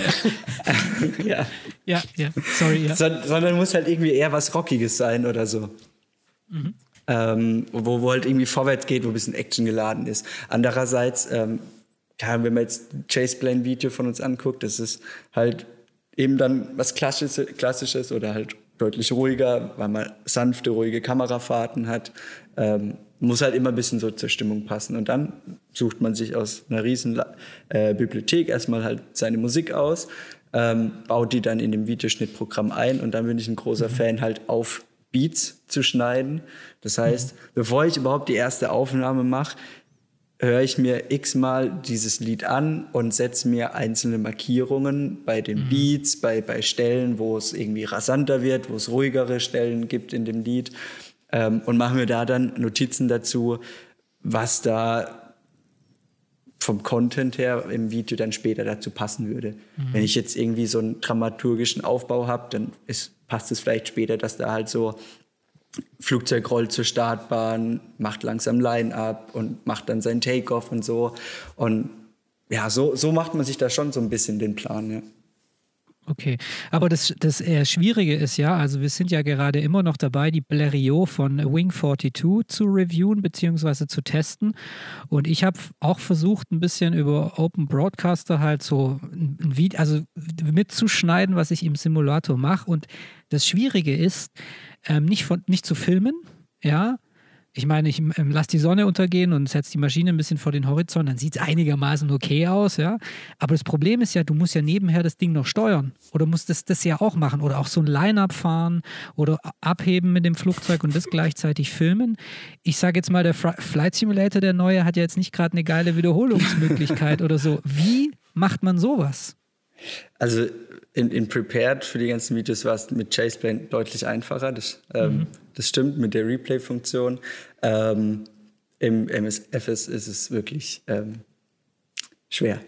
Ja. Sorry, ja. Sondern muss halt irgendwie eher was Rockiges sein oder so. Wo halt irgendwie vorwärts geht, wo ein bisschen Action geladen ist. Andererseits, wenn man jetzt ein Chase Plane Video von uns anguckt, das ist halt eben dann was Klassisches oder halt deutlich ruhiger, weil man sanfte, ruhige Kamerafahrten hat. Muss halt immer ein bisschen so zur Stimmung passen. Und dann sucht man sich aus einer riesen Bibliothek erstmal halt seine Musik aus, baut die dann in dem Videoschnittprogramm ein und dann bin ich ein großer Fan, halt auf Beats zu schneiden. Das heißt, bevor ich überhaupt die erste Aufnahme mache, höre ich mir x-mal dieses Lied an und setze mir einzelne Markierungen bei den Beats, bei Stellen, wo es irgendwie rasanter wird, wo es ruhigere Stellen gibt in dem Lied und mache mir da dann Notizen dazu, was da vom Content her im Video dann später dazu passen würde. Wenn ich jetzt irgendwie so einen dramaturgischen Aufbau habe, dann passt es vielleicht später, dass da halt so Flugzeug rollt zur Startbahn, macht langsam Line-Up und macht dann sein Take-Off und so. Und ja, so macht man sich da schon so ein bisschen den Plan, ja. Okay, aber das eher Schwierige ist ja, also wir sind ja gerade immer noch dabei, die Blériot von Wing 42 zu reviewen bzw. zu testen, und ich habe auch versucht, ein bisschen über Open Broadcaster halt so ein Video, also mitzuschneiden, was ich im Simulator mache, und das Schwierige ist, nicht zu filmen, ja. Ich meine, ich lasse die Sonne untergehen und setze die Maschine ein bisschen vor den Horizont, dann sieht es einigermaßen okay aus, ja. Aber das Problem ist ja, du musst ja nebenher das Ding noch steuern oder musst das ja auch machen oder auch so ein Line-Up fahren oder abheben mit dem Flugzeug und das gleichzeitig filmen. Ich sage jetzt mal, der Flight Simulator, der neue, hat ja jetzt nicht gerade eine geile Wiederholungsmöglichkeit oder so. Wie macht man sowas? Also in Prepared für die ganzen Videos war es mit Chaseplane deutlich einfacher. Das stimmt, mit der Replay-Funktion. Im MSFS ist es wirklich schwer.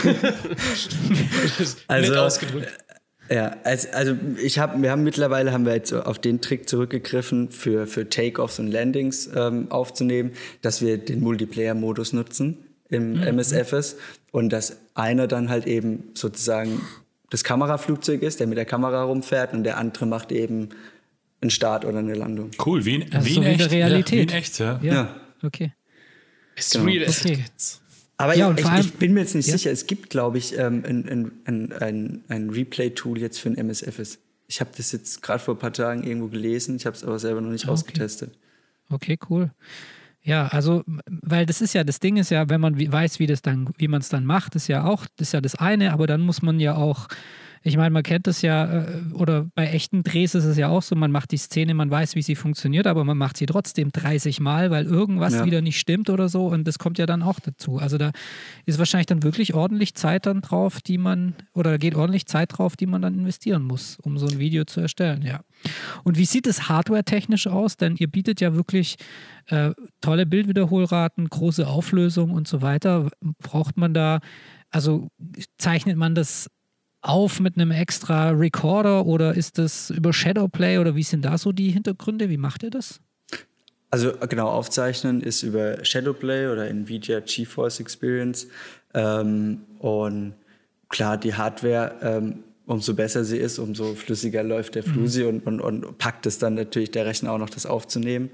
Also, nett ausgedrückt. Ja, mittlerweile haben wir jetzt auf den Trick zurückgegriffen, für Takeoffs und Landings aufzunehmen, dass wir den Multiplayer-Modus nutzen im MSFS und dass einer dann halt eben sozusagen das Kameraflugzeug ist, der mit der Kamera rumfährt, und der andere macht eben einen Start oder eine Landung. Cool, wie in der Realität. Ja, wie in echt, ja. Ja. Okay. It's real as it gets. Aber ja, ich bin mir jetzt nicht sicher, es gibt, glaube ich, ein Replay-Tool jetzt für ein MSFS. Ich habe das jetzt gerade vor ein paar Tagen irgendwo gelesen, ich habe es aber selber noch nicht ausgetestet. Okay, cool. Ja, also, weil das Ding ist ja, wenn man weiß, wie man es dann macht, ist ja das eine, aber dann muss man ja auch, ich meine, man kennt das ja, oder bei echten Drehs ist es ja auch so, man macht die Szene, man weiß, wie sie funktioniert, aber man macht sie trotzdem 30 Mal, weil irgendwas wieder nicht stimmt oder so, und das kommt ja dann auch dazu. Also da ist wahrscheinlich dann wirklich ordentlich Zeit dann drauf, die man dann investieren muss, um so ein Video zu erstellen, ja. Und wie sieht es hardware-technisch aus? Denn ihr bietet ja wirklich tolle Bildwiederholraten, große Auflösung und so weiter. Braucht man da, also zeichnet man das auf mit einem extra Recorder oder ist das über Shadowplay oder wie sind da so die Hintergründe? Wie macht ihr das? Also genau, aufzeichnen ist über Shadowplay oder Nvidia GeForce Experience. Und klar, die Hardware, umso besser sie ist, umso flüssiger läuft der Flusi und packt es dann natürlich der Rechner auch noch, das aufzunehmen.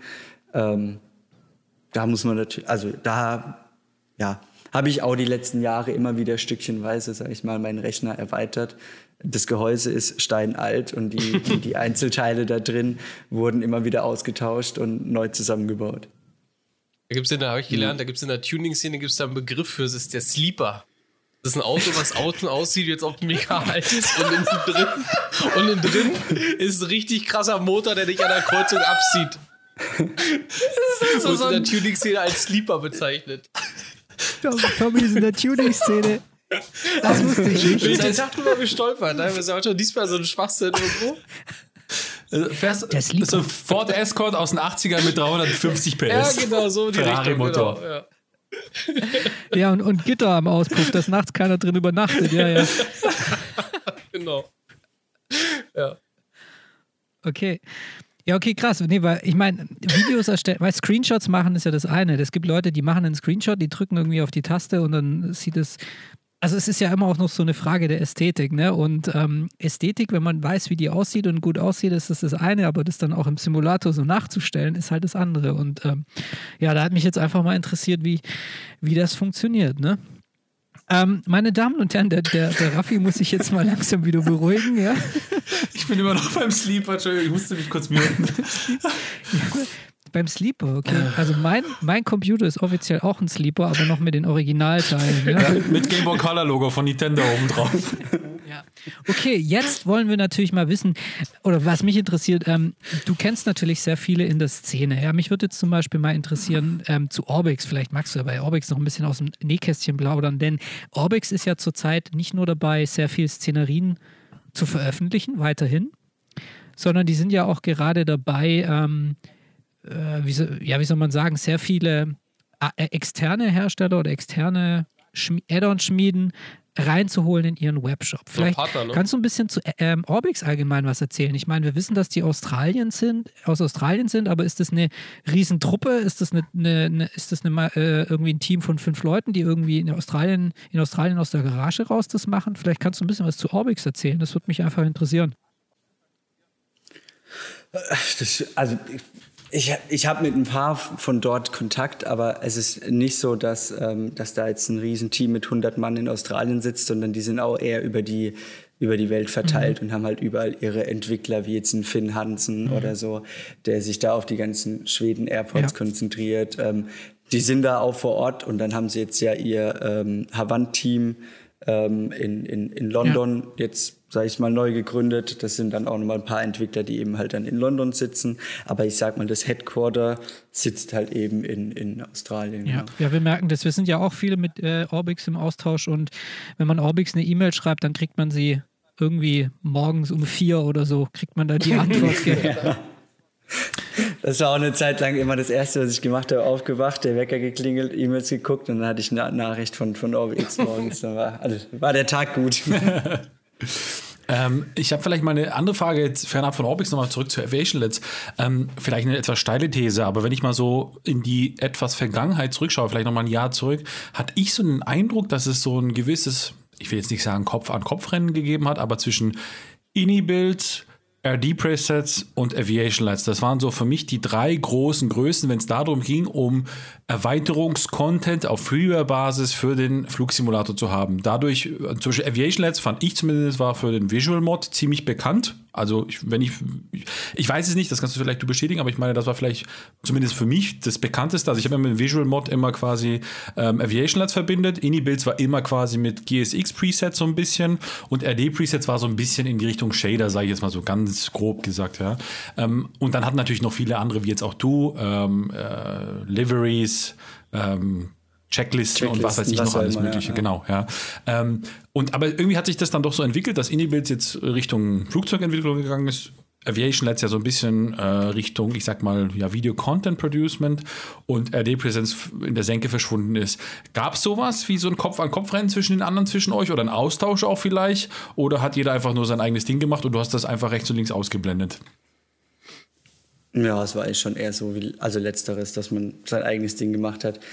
Da muss man natürlich, also da, ja, habe ich auch die letzten Jahre immer wieder stückchenweise, sage ich mal, meinen Rechner erweitert. Das Gehäuse ist steinalt und die Einzelteile da drin wurden immer wieder ausgetauscht und neu zusammengebaut. Da habe ich gelernt, da gibt es in der Tuning-Szene einen Begriff für, das ist der Sleeper. Das ist ein Auto, was außen aussieht, jetzt auch mega alt ist, und innen drin ist ein richtig krasser Motor, der dich an der Kreuzung abzieht. Das ist so in der Tuning-Szene als Sleeper bezeichnet. Tommy ist in der Tuning-Szene. Das wusste ich nicht. Ich bin den Tag drüber gestolpert. Da haben wir schon diesmal so einen Schwachsinn irgendwo. So ein Ford Escort aus den 80ern mit 350 PS. Ja, genau, so die Ferrari-Motor. Genau, ja. Ja, und Gitter am Auspuff, dass nachts keiner drin übernachtet. Ja. Genau. Ja. Okay. Ja, okay, krass. Nee, weil ich meine, Videos erstellen, weil Screenshots machen ist ja das eine. Es gibt Leute, die machen einen Screenshot, die drücken irgendwie auf die Taste und dann sieht es. Also es ist ja immer auch noch so eine Frage der Ästhetik, ne? Und Ästhetik, wenn man weiß, wie die aussieht und gut aussieht, ist das eine, aber das dann auch im Simulator so nachzustellen, ist halt das andere. Und ja, da hat mich jetzt einfach mal interessiert, wie das funktioniert, ne? Meine Damen und Herren, der Raffi muss sich jetzt mal langsam wieder beruhigen, ja? Ich bin immer noch beim Sleeper, Entschuldigung, ich musste mich kurz muten. Beim Sleeper, okay. Also mein Computer ist offiziell auch ein Sleeper, aber noch mit den Originalteilen. Ja? Mit Game Boy Color Logo von Nintendo oben drauf. Ja. Okay, jetzt wollen wir natürlich mal wissen, oder was mich interessiert, du kennst natürlich sehr viele in der Szene. Ja? Mich würde jetzt zum Beispiel mal interessieren, zu Orbix, vielleicht magst du ja bei Orbix noch ein bisschen aus dem Nähkästchen plaudern, denn Orbix ist ja zurzeit nicht nur dabei, sehr viel Szenerien zu veröffentlichen, weiterhin, sondern die sind ja auch gerade dabei, wie soll man sagen, sehr viele externe Hersteller oder externe Add-ons schmieden, reinzuholen in ihren Webshop. Vielleicht Partner, ne? kannst du ein bisschen zu Orbix allgemein was erzählen. Ich meine, wir wissen, dass die aus Australien sind, aber ist das eine Riesentruppe? Ist das irgendwie ein Team von 5 Leuten, die irgendwie in Australien aus der Garage raus das machen? Vielleicht kannst du ein bisschen was zu Orbix erzählen. Das würde mich einfach interessieren. Ich habe mit ein paar von dort Kontakt, aber es ist nicht so, dass da jetzt ein Riesenteam mit 100 Mann in Australien sitzt, sondern die sind auch eher über die Welt verteilt und haben halt überall ihre Entwickler, wie jetzt ein Finn Hansen oder so, der sich da auf die ganzen Schweden-Airports konzentriert. Die sind da auch vor Ort und dann haben sie jetzt ja ihr Havant-Team in London jetzt, sage ich mal, neu gegründet. Das sind dann auch nochmal ein paar Entwickler, die eben halt dann in London sitzen. Aber ich sag mal, das Headquarter sitzt halt eben in Australien. Ja, wir merken das. Wir sind ja auch viele mit Orbix im Austausch und wenn man Orbix eine E-Mail schreibt, dann kriegt man sie irgendwie morgens um 4 oder so, kriegt man da die Antwort. Ja. Das war auch eine Zeit lang immer das Erste, was ich gemacht habe, aufgewacht, der Wecker geklingelt, E-Mails geguckt und dann hatte ich eine Nachricht von Orbix morgens. Dann war der Tag gut. Ich habe vielleicht mal eine andere Frage, jetzt fernab von Orbix nochmal zurück zu Aviationlets. Vielleicht eine etwas steile These, aber wenn ich mal so in die etwas Vergangenheit zurückschaue, vielleicht nochmal ein Jahr zurück, hatte ich so den Eindruck, dass es so ein gewisses, ich will jetzt nicht sagen Kopf-an-Kopf-Rennen gegeben hat, aber zwischen Ini-Build, RD-Presets und Aviationlets. Das waren so für mich die 3 großen Größen, wenn es darum ging, um Erweiterungskontent auf Freeware-Basis für den Flugsimulator zu haben. Dadurch, zum Beispiel Aviationlets fand ich zumindest, war für den Visual Mod ziemlich bekannt. Also ich weiß es nicht, das kannst du vielleicht bestätigen, aber ich meine, das war vielleicht zumindest für mich das Bekannteste. Also ich habe mit dem Visual Mod immer quasi Aviationlets verbindet. Ini-Builds war immer quasi mit GSX-Presets so ein bisschen und RD-Presets war so ein bisschen in die Richtung Shader, sage ich jetzt mal so ganz grob gesagt. Ja. Und dann hatten natürlich noch viele andere, wie jetzt auch du, Liveries, Checklisten und was weiß ich noch alles Mögliche, ja. Genau, ja. Aber irgendwie hat sich das dann doch so entwickelt, dass Ini-Builds jetzt Richtung Flugzeugentwicklung gegangen ist, Aviationlets ja so ein bisschen Richtung, ich sag mal, ja, Video-Content-Producement und RD-Präsenz in der Senke verschwunden ist. Gab es sowas wie so ein Kopf-an-Kopf-Rennen zwischen den anderen, zwischen euch oder ein Austausch auch vielleicht? Oder hat jeder einfach nur sein eigenes Ding gemacht und du hast das einfach rechts und links ausgeblendet? Ja, es war eigentlich schon eher so, also letzteres, dass man sein eigenes Ding gemacht hat.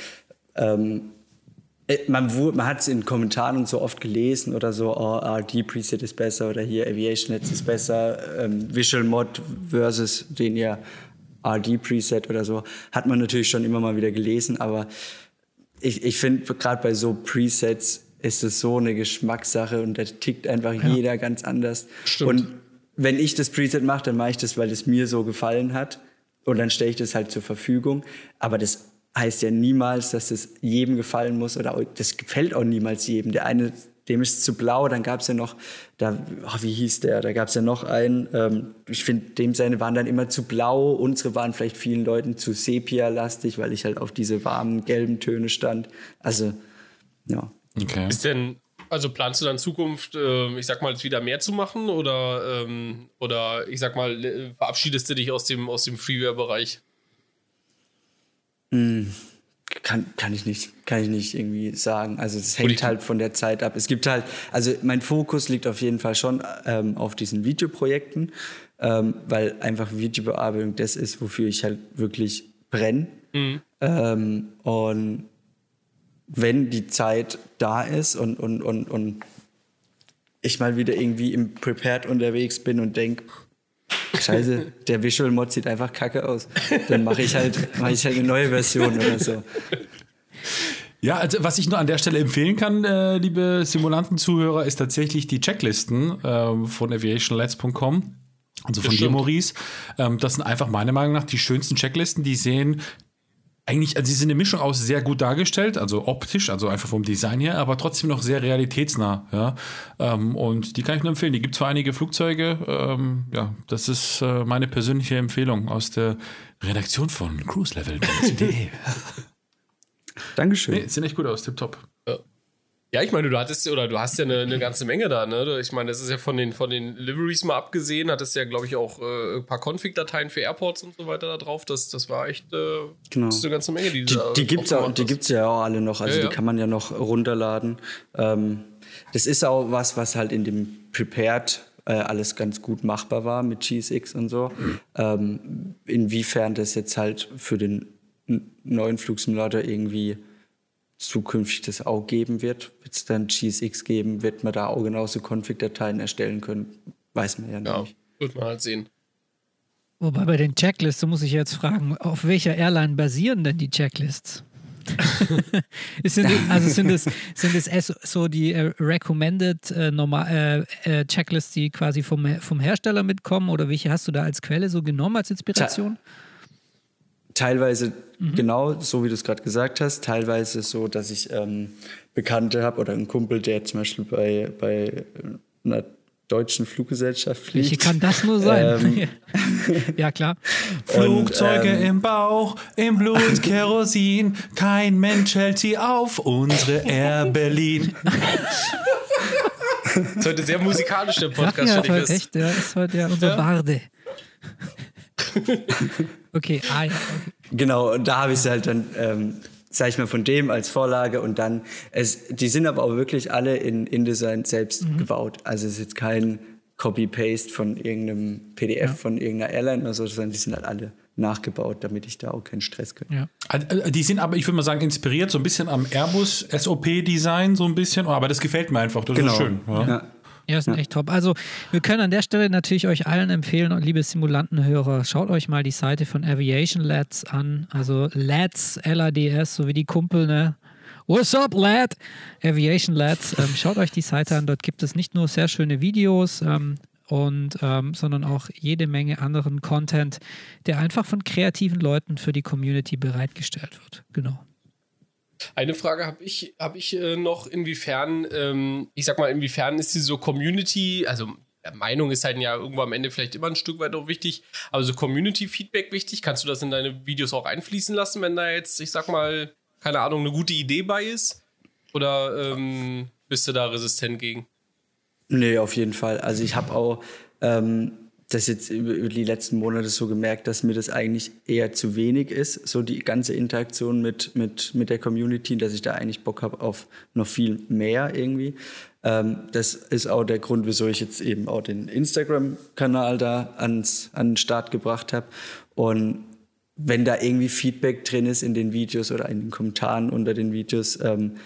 Man hat es in Kommentaren und so oft gelesen oder so, RD-Preset ist besser oder hier Aviationlets ist besser, Visual Mod versus den ja RD-Preset oder so, hat man natürlich schon immer mal wieder gelesen, aber ich finde, gerade bei so Presets ist es so eine Geschmackssache und da tickt einfach jeder ganz anders. Stimmt. Und wenn ich das Preset mache, dann mache ich das, weil es mir so gefallen hat und dann stelle ich das halt zur Verfügung, aber das heißt ja niemals, dass es jedem gefallen muss oder das gefällt auch niemals jedem. Der eine, dem ist zu blau, dann gab es ja noch, wie hieß der, da gab es ja noch einen, ich finde, dem seine waren dann immer zu blau, unsere waren vielleicht vielen Leuten zu sepia-lastig, weil ich halt auf diese warmen, gelben Töne stand. Also, ja. Okay. Also planst du dann in Zukunft, ich sag mal, jetzt wieder mehr zu machen oder ich sag mal, verabschiedest du dich aus dem Freeware-Bereich? Kann ich nicht irgendwie sagen. Also es hängt halt von der Zeit ab. Es gibt halt, also mein Fokus liegt auf jeden Fall schon auf diesen Videoprojekten, weil einfach Videobearbeitung das ist, wofür ich halt wirklich brenne. Und wenn die Zeit da ist und ich mal wieder irgendwie im Prepared unterwegs bin und denke, Scheiße, der Visual Mod sieht einfach kacke aus. Dann mache ich halt eine neue Version oder so. Ja, also was ich nur an der Stelle empfehlen kann, liebe Simulanten-Zuhörer, ist tatsächlich die Checklisten von aviationlets.com, also von dir, Maurice. Das sind einfach meiner Meinung nach die schönsten Checklisten, die sehen eigentlich, also sie sind eine Mischung aus sehr gut dargestellt, also optisch, also einfach vom Design her, aber trotzdem noch sehr realitätsnah. Ja? Und die kann ich nur empfehlen. Die gibt es für einige Flugzeuge. Ja, das ist meine persönliche Empfehlung aus der Redaktion von cruiselevel.de. Dankeschön. Nee, sehen echt gut aus, tipptopp. Ja. Ja, ich meine, du hast ja eine ganze Menge da, ne? Ich meine, das ist ja von den Liveries mal abgesehen, hattest ja, glaube ich, auch ein paar Config-Dateien für Airports und so weiter da drauf. Das war echt das ist eine ganze Menge, die gibt's ja auch alle noch, also die kann man ja noch runterladen. Das ist auch was halt in dem Prepared alles ganz gut machbar war mit GSX und so. Inwiefern das jetzt halt für den neuen Flugsimulator irgendwie zukünftig das auch geben wird es dann GSX geben, wird man da auch genauso Config-Dateien erstellen können, weiß man ja noch nicht. Ja, wird man halt sehen. Wobei bei den Checklists, so muss ich jetzt fragen, auf welcher Airline basieren denn die Checklists? sind es so die recommended Checklists, die quasi vom Hersteller mitkommen, oder welche hast du da als Quelle so genommen, als Inspiration? Teilweise genau, so wie du es gerade gesagt hast, teilweise so, dass ich Bekannte habe oder einen Kumpel, der zum Beispiel bei einer deutschen Fluggesellschaft fliegt. Welche kann das nur sein? Ja, klar. Flugzeuge im Bauch, im Blut, Kerosin, kein Mensch hält sie auf, unsere Air Berlin. Das ist heute sehr musikalisch, der Podcast. Ja, heute echt, der ist heute ja unser Barde. Okay, okay. Genau, und da habe ich es halt dann, sag ich mal, von dem als Vorlage und dann, die sind aber auch wirklich alle in InDesign selbst gebaut. Also es ist jetzt kein Copy-Paste von irgendeinem PDF von irgendeiner Airline oder so, sondern die sind halt alle nachgebaut, damit ich da auch keinen Stress kriege. Ja. Die sind aber, ich würde mal sagen, inspiriert so ein bisschen am Airbus SOP-Design so ein bisschen, aber das gefällt mir einfach, das ist schön. Ja, sind echt top. Also wir können an der Stelle natürlich euch allen empfehlen, liebe Simulantenhörer, schaut euch mal die Seite von Aviation Lads an. Also Lads, L-A-D-S, so wie die Kumpel, ne? What's up, lad? Aviation Lads. Schaut euch die Seite an. Dort gibt es nicht nur sehr schöne Videos, sondern auch jede Menge anderen Content, der einfach von kreativen Leuten für die Community bereitgestellt wird. Genau. Eine Frage habe ich noch, inwiefern ist diese Community, also Meinung ist halt ja irgendwo am Ende vielleicht immer ein Stück weit auch wichtig, aber so Community-Feedback wichtig, kannst du das in deine Videos auch einfließen lassen, wenn da jetzt, ich sag mal, keine Ahnung, eine gute Idee bei ist? Oder bist du da resistent gegen? Nee, auf jeden Fall. Also ich habe auch das jetzt über die letzten Monate so gemerkt, dass mir das eigentlich eher zu wenig ist, so die ganze Interaktion mit der Community, dass ich da eigentlich Bock habe auf noch viel mehr irgendwie. Das ist auch der Grund, wieso ich jetzt eben auch den Instagram-Kanal da an den Start gebracht habe. Und wenn da irgendwie Feedback drin ist in den Videos oder in den Kommentaren unter den Videos,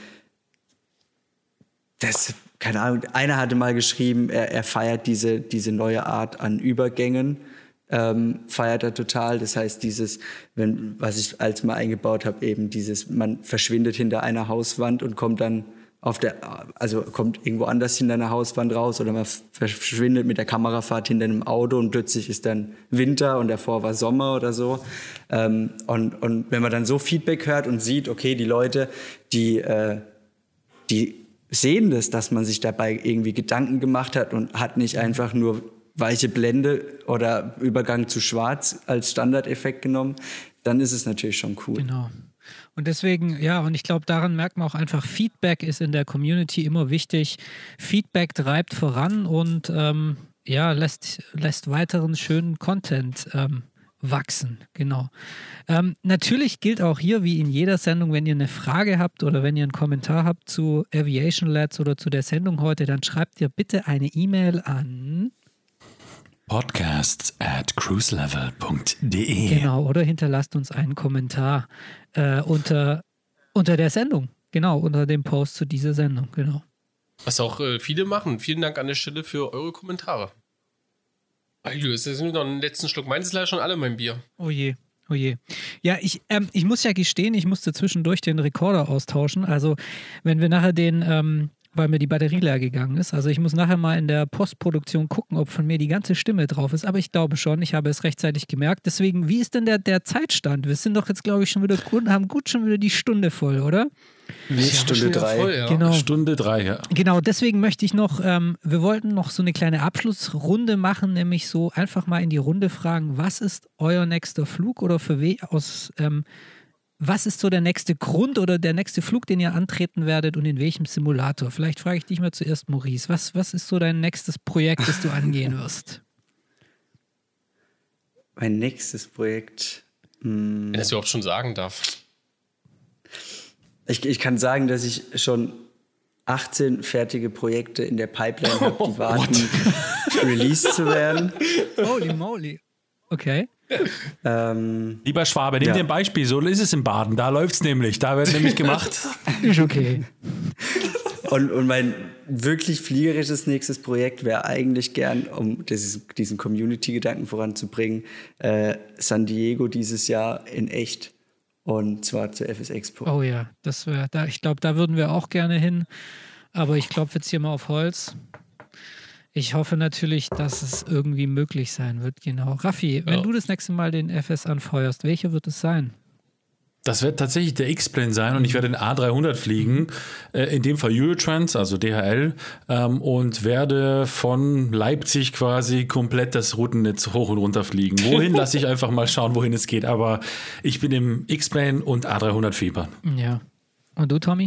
keine Ahnung, einer hatte mal geschrieben, er feiert diese neue Art an Übergängen, feiert er total. Das heißt, was ich als mal eingebaut habe, eben man verschwindet hinter einer Hauswand und kommt dann kommt irgendwo anders hinter einer Hauswand raus, oder man verschwindet mit der Kamerafahrt hinter einem Auto und plötzlich ist dann Winter und davor war Sommer oder so. Und wenn man dann so Feedback hört und sieht, okay, die Leute, die sehen das, dass man sich dabei irgendwie Gedanken gemacht hat und hat nicht einfach nur weiche Blende oder Übergang zu schwarz als Standardeffekt genommen, dann ist es natürlich schon cool. Genau. Und deswegen, und ich glaube, daran merkt man auch einfach, Feedback ist in der Community immer wichtig. Feedback treibt voran und lässt weiteren schönen Content wachsen, genau. Natürlich gilt auch hier, wie in jeder Sendung, wenn ihr eine Frage habt oder wenn ihr einen Kommentar habt zu Aviation Lads oder zu der Sendung heute, dann schreibt ihr bitte eine E-Mail an podcasts@cruiselevel.de. Genau, oder hinterlasst uns einen Kommentar unter der Sendung, genau, unter dem Post zu dieser Sendung, genau. Was auch viele machen. Vielen Dank an der Stelle für eure Kommentare. Julius, das sind noch einen letzten Schluck. Meins ist leider schon alle mein Bier. Oh je. Ja, ich muss ja gestehen, ich musste zwischendurch den Rekorder austauschen. Also, wenn wir nachher weil mir die Batterie leer gegangen ist. Also ich muss nachher mal in der Postproduktion gucken, ob von mir die ganze Stimme drauf ist. Aber ich glaube schon, ich habe es rechtzeitig gemerkt. Deswegen, wie ist denn der Zeitstand? Wir sind doch jetzt, glaube ich, schon wieder schon wieder die Stunde voll, oder? Stunde 3. Voll, ja. Genau. Stunde 3, ja. Genau, deswegen möchte ich noch, wir wollten noch so eine kleine Abschlussrunde machen, nämlich so einfach mal in die Runde fragen, was ist euer nächster Flug oder was ist so der nächste Grund oder der nächste Flug, den ihr antreten werdet und in welchem Simulator? Vielleicht frage ich dich mal zuerst, Maurice. Was ist so dein nächstes Projekt, das du angehen wirst? Mein nächstes Projekt. Wenn es überhaupt schon sagen darf. Ich kann sagen, dass ich schon 18 fertige Projekte in der Pipeline habe, die warten, released zu werden. Holy moly. Okay. Lieber Schwabe, nimm dir ein Beispiel. So ist es in Baden. Da läuft es nämlich. Da wird nämlich gemacht. Ist okay. Und mein wirklich fliegerisches nächstes Projekt wäre eigentlich gern, um diesen Community-Gedanken voranzubringen, San Diego dieses Jahr in echt. Und zwar zur FS Expo. Oh ja, das wäre da. Ich glaube, da würden wir auch gerne hin. Aber ich klopfe jetzt hier mal auf Holz. Ich hoffe natürlich, dass es irgendwie möglich sein wird. Genau. Raffi, wenn du das nächste Mal den FS anfeuerst, welcher wird es sein? Das wird tatsächlich der X-Plane sein und ich werde den A300 fliegen, in dem Fall Eurotrans, also DHL, und werde von Leipzig quasi komplett das Routennetz hoch und runter fliegen. Wohin, lasse ich einfach mal schauen, wohin es geht, aber ich bin im X-Plane und A300 Fieber. Ja. Und du, Tommy?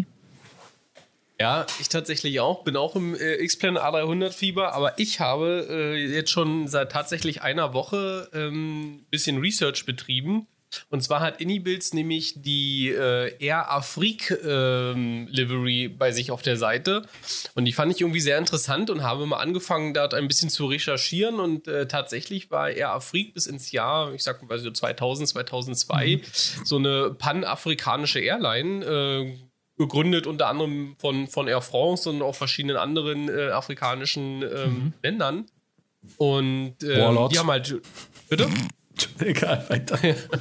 Ja, ich tatsächlich auch. Bin auch im X-Plane A300 Fieber, aber ich habe jetzt schon seit tatsächlich einer Woche ein bisschen Research betrieben. Und zwar hat Anybuilds nämlich die Air Afrique Livery bei sich auf der Seite. Und die fand ich irgendwie sehr interessant und habe mal angefangen, dort ein bisschen zu recherchieren. Und tatsächlich war Air Afrique bis ins Jahr, ich sag mal so 2000, 2002, so eine panafrikanische Airline, gegründet unter anderem von Air France und auch verschiedenen anderen afrikanischen Ländern. Und die haben halt... Bitte? Egal, weiter.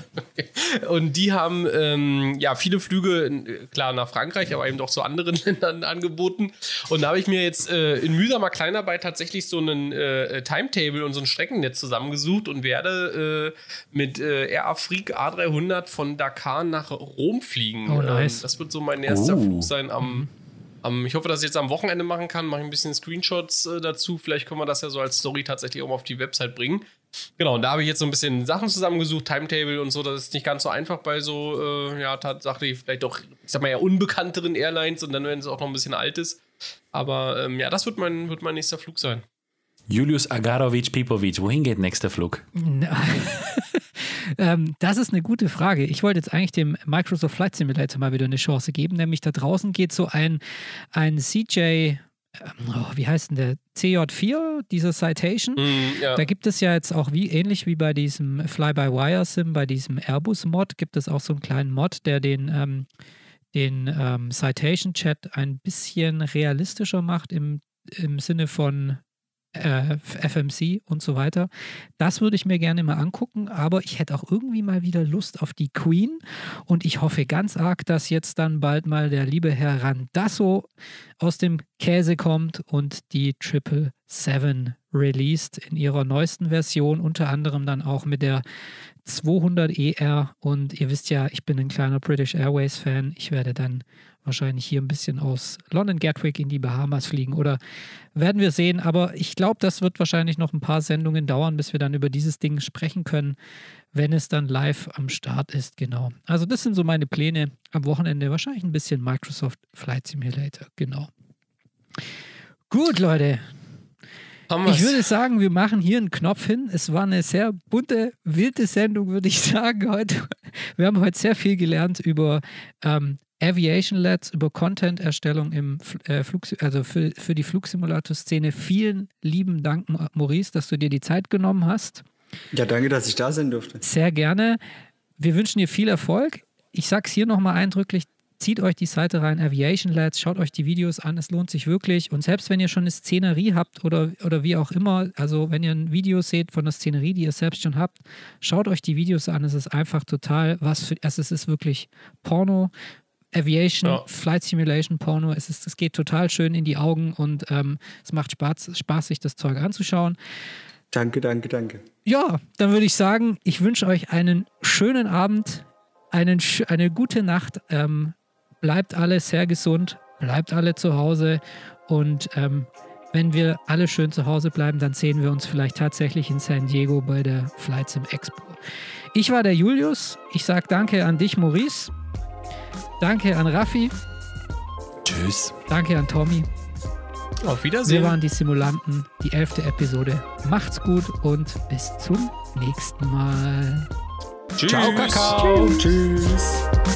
Und die haben viele Flüge, klar, nach Frankreich, aber eben doch zu anderen Ländern angeboten. Und da habe ich mir jetzt in mühsamer Kleinarbeit tatsächlich so einen Timetable und so ein Streckennetz zusammengesucht und werde mit Air Afrique A300 von Dakar nach Rom fliegen. Oh, nice. Das wird so mein erster Flug sein ich hoffe, dass ich jetzt am Wochenende machen kann. Mache ich ein bisschen Screenshots dazu. Vielleicht können wir das ja so als Story tatsächlich auch mal auf die Website bringen. Genau, und da habe ich jetzt so ein bisschen Sachen zusammengesucht, Timetable und so. Das ist nicht ganz so einfach bei so, tatsächlich vielleicht doch, ich sag mal, eher unbekannteren Airlines und dann, wenn es auch noch ein bisschen alt ist. Aber das wird mein nächster Flug sein. Julius Agarovic-Pipovic, wohin geht nächster Flug? Das ist eine gute Frage. Ich wollte jetzt eigentlich dem Microsoft Flight Simulator mal wieder eine Chance geben, nämlich da draußen geht so ein CJ, wie heißt denn der? CJ4, dieser Citation. Da gibt es ja jetzt auch ähnlich wie bei diesem Fly-by-Wire-Sim, bei diesem Airbus-Mod, gibt es auch so einen kleinen Mod, der den Citation-Chat ein bisschen realistischer macht im Sinne von FMC und so weiter. Das würde ich mir gerne mal angucken, aber ich hätte auch irgendwie mal wieder Lust auf die Queen und ich hoffe ganz arg, dass jetzt dann bald mal der liebe Herr Randazzo aus dem Käse kommt und die 777 released in ihrer neuesten Version, unter anderem dann auch mit der 200ER und ihr wisst ja, ich bin ein kleiner British Airways Fan. Ich werde dann wahrscheinlich hier ein bisschen aus London Gatwick in die Bahamas fliegen oder werden wir sehen, aber ich glaube, das wird wahrscheinlich noch ein paar Sendungen dauern, bis wir dann über dieses Ding sprechen können, wenn es dann live am Start ist, genau. Also das sind so meine Pläne am Wochenende, wahrscheinlich ein bisschen Microsoft Flight Simulator, genau. Gut, Leute. Ich würde sagen, wir machen hier einen Knopf hin. Es war eine sehr bunte, wilde Sendung, würde ich sagen, heute. Wir haben heute sehr viel gelernt über Aviation Labs, über Content-Erstellung im für die Flugsimulator-Szene. Vielen lieben Dank, Maurice, dass du dir die Zeit genommen hast. Ja, danke, dass ich da sein durfte. Sehr gerne. Wir wünschen dir viel Erfolg. Ich sage es hier nochmal eindrücklich, zieht euch die Seite rein, Aviation Labs, schaut euch die Videos an, es lohnt sich wirklich. Und selbst wenn ihr schon eine Szenerie habt oder wie auch immer, also wenn ihr ein Video seht von der Szenerie, die ihr selbst schon habt, schaut euch die Videos an. Es ist einfach total es ist wirklich Porno, Aviation, Flight Simulation Porno. Es geht total schön in die Augen und es macht Spaß, sich das Zeug anzuschauen. Danke. Ja, dann würde ich sagen, ich wünsche euch einen schönen Abend, eine gute Nacht. Bleibt alle sehr gesund, bleibt alle zu Hause und wenn wir alle schön zu Hause bleiben, dann sehen wir uns vielleicht tatsächlich in San Diego bei der Flight Sim Expo. Ich war der Julius. Ich sage danke an dich, Maurice. Danke an Raffi. Tschüss. Danke an Tommy. Auf Wiedersehen. Wir waren die Simulanten, die 11. Episode. Macht's gut und bis zum nächsten Mal. Tschüss. Ciao, Kakao. Tschüss.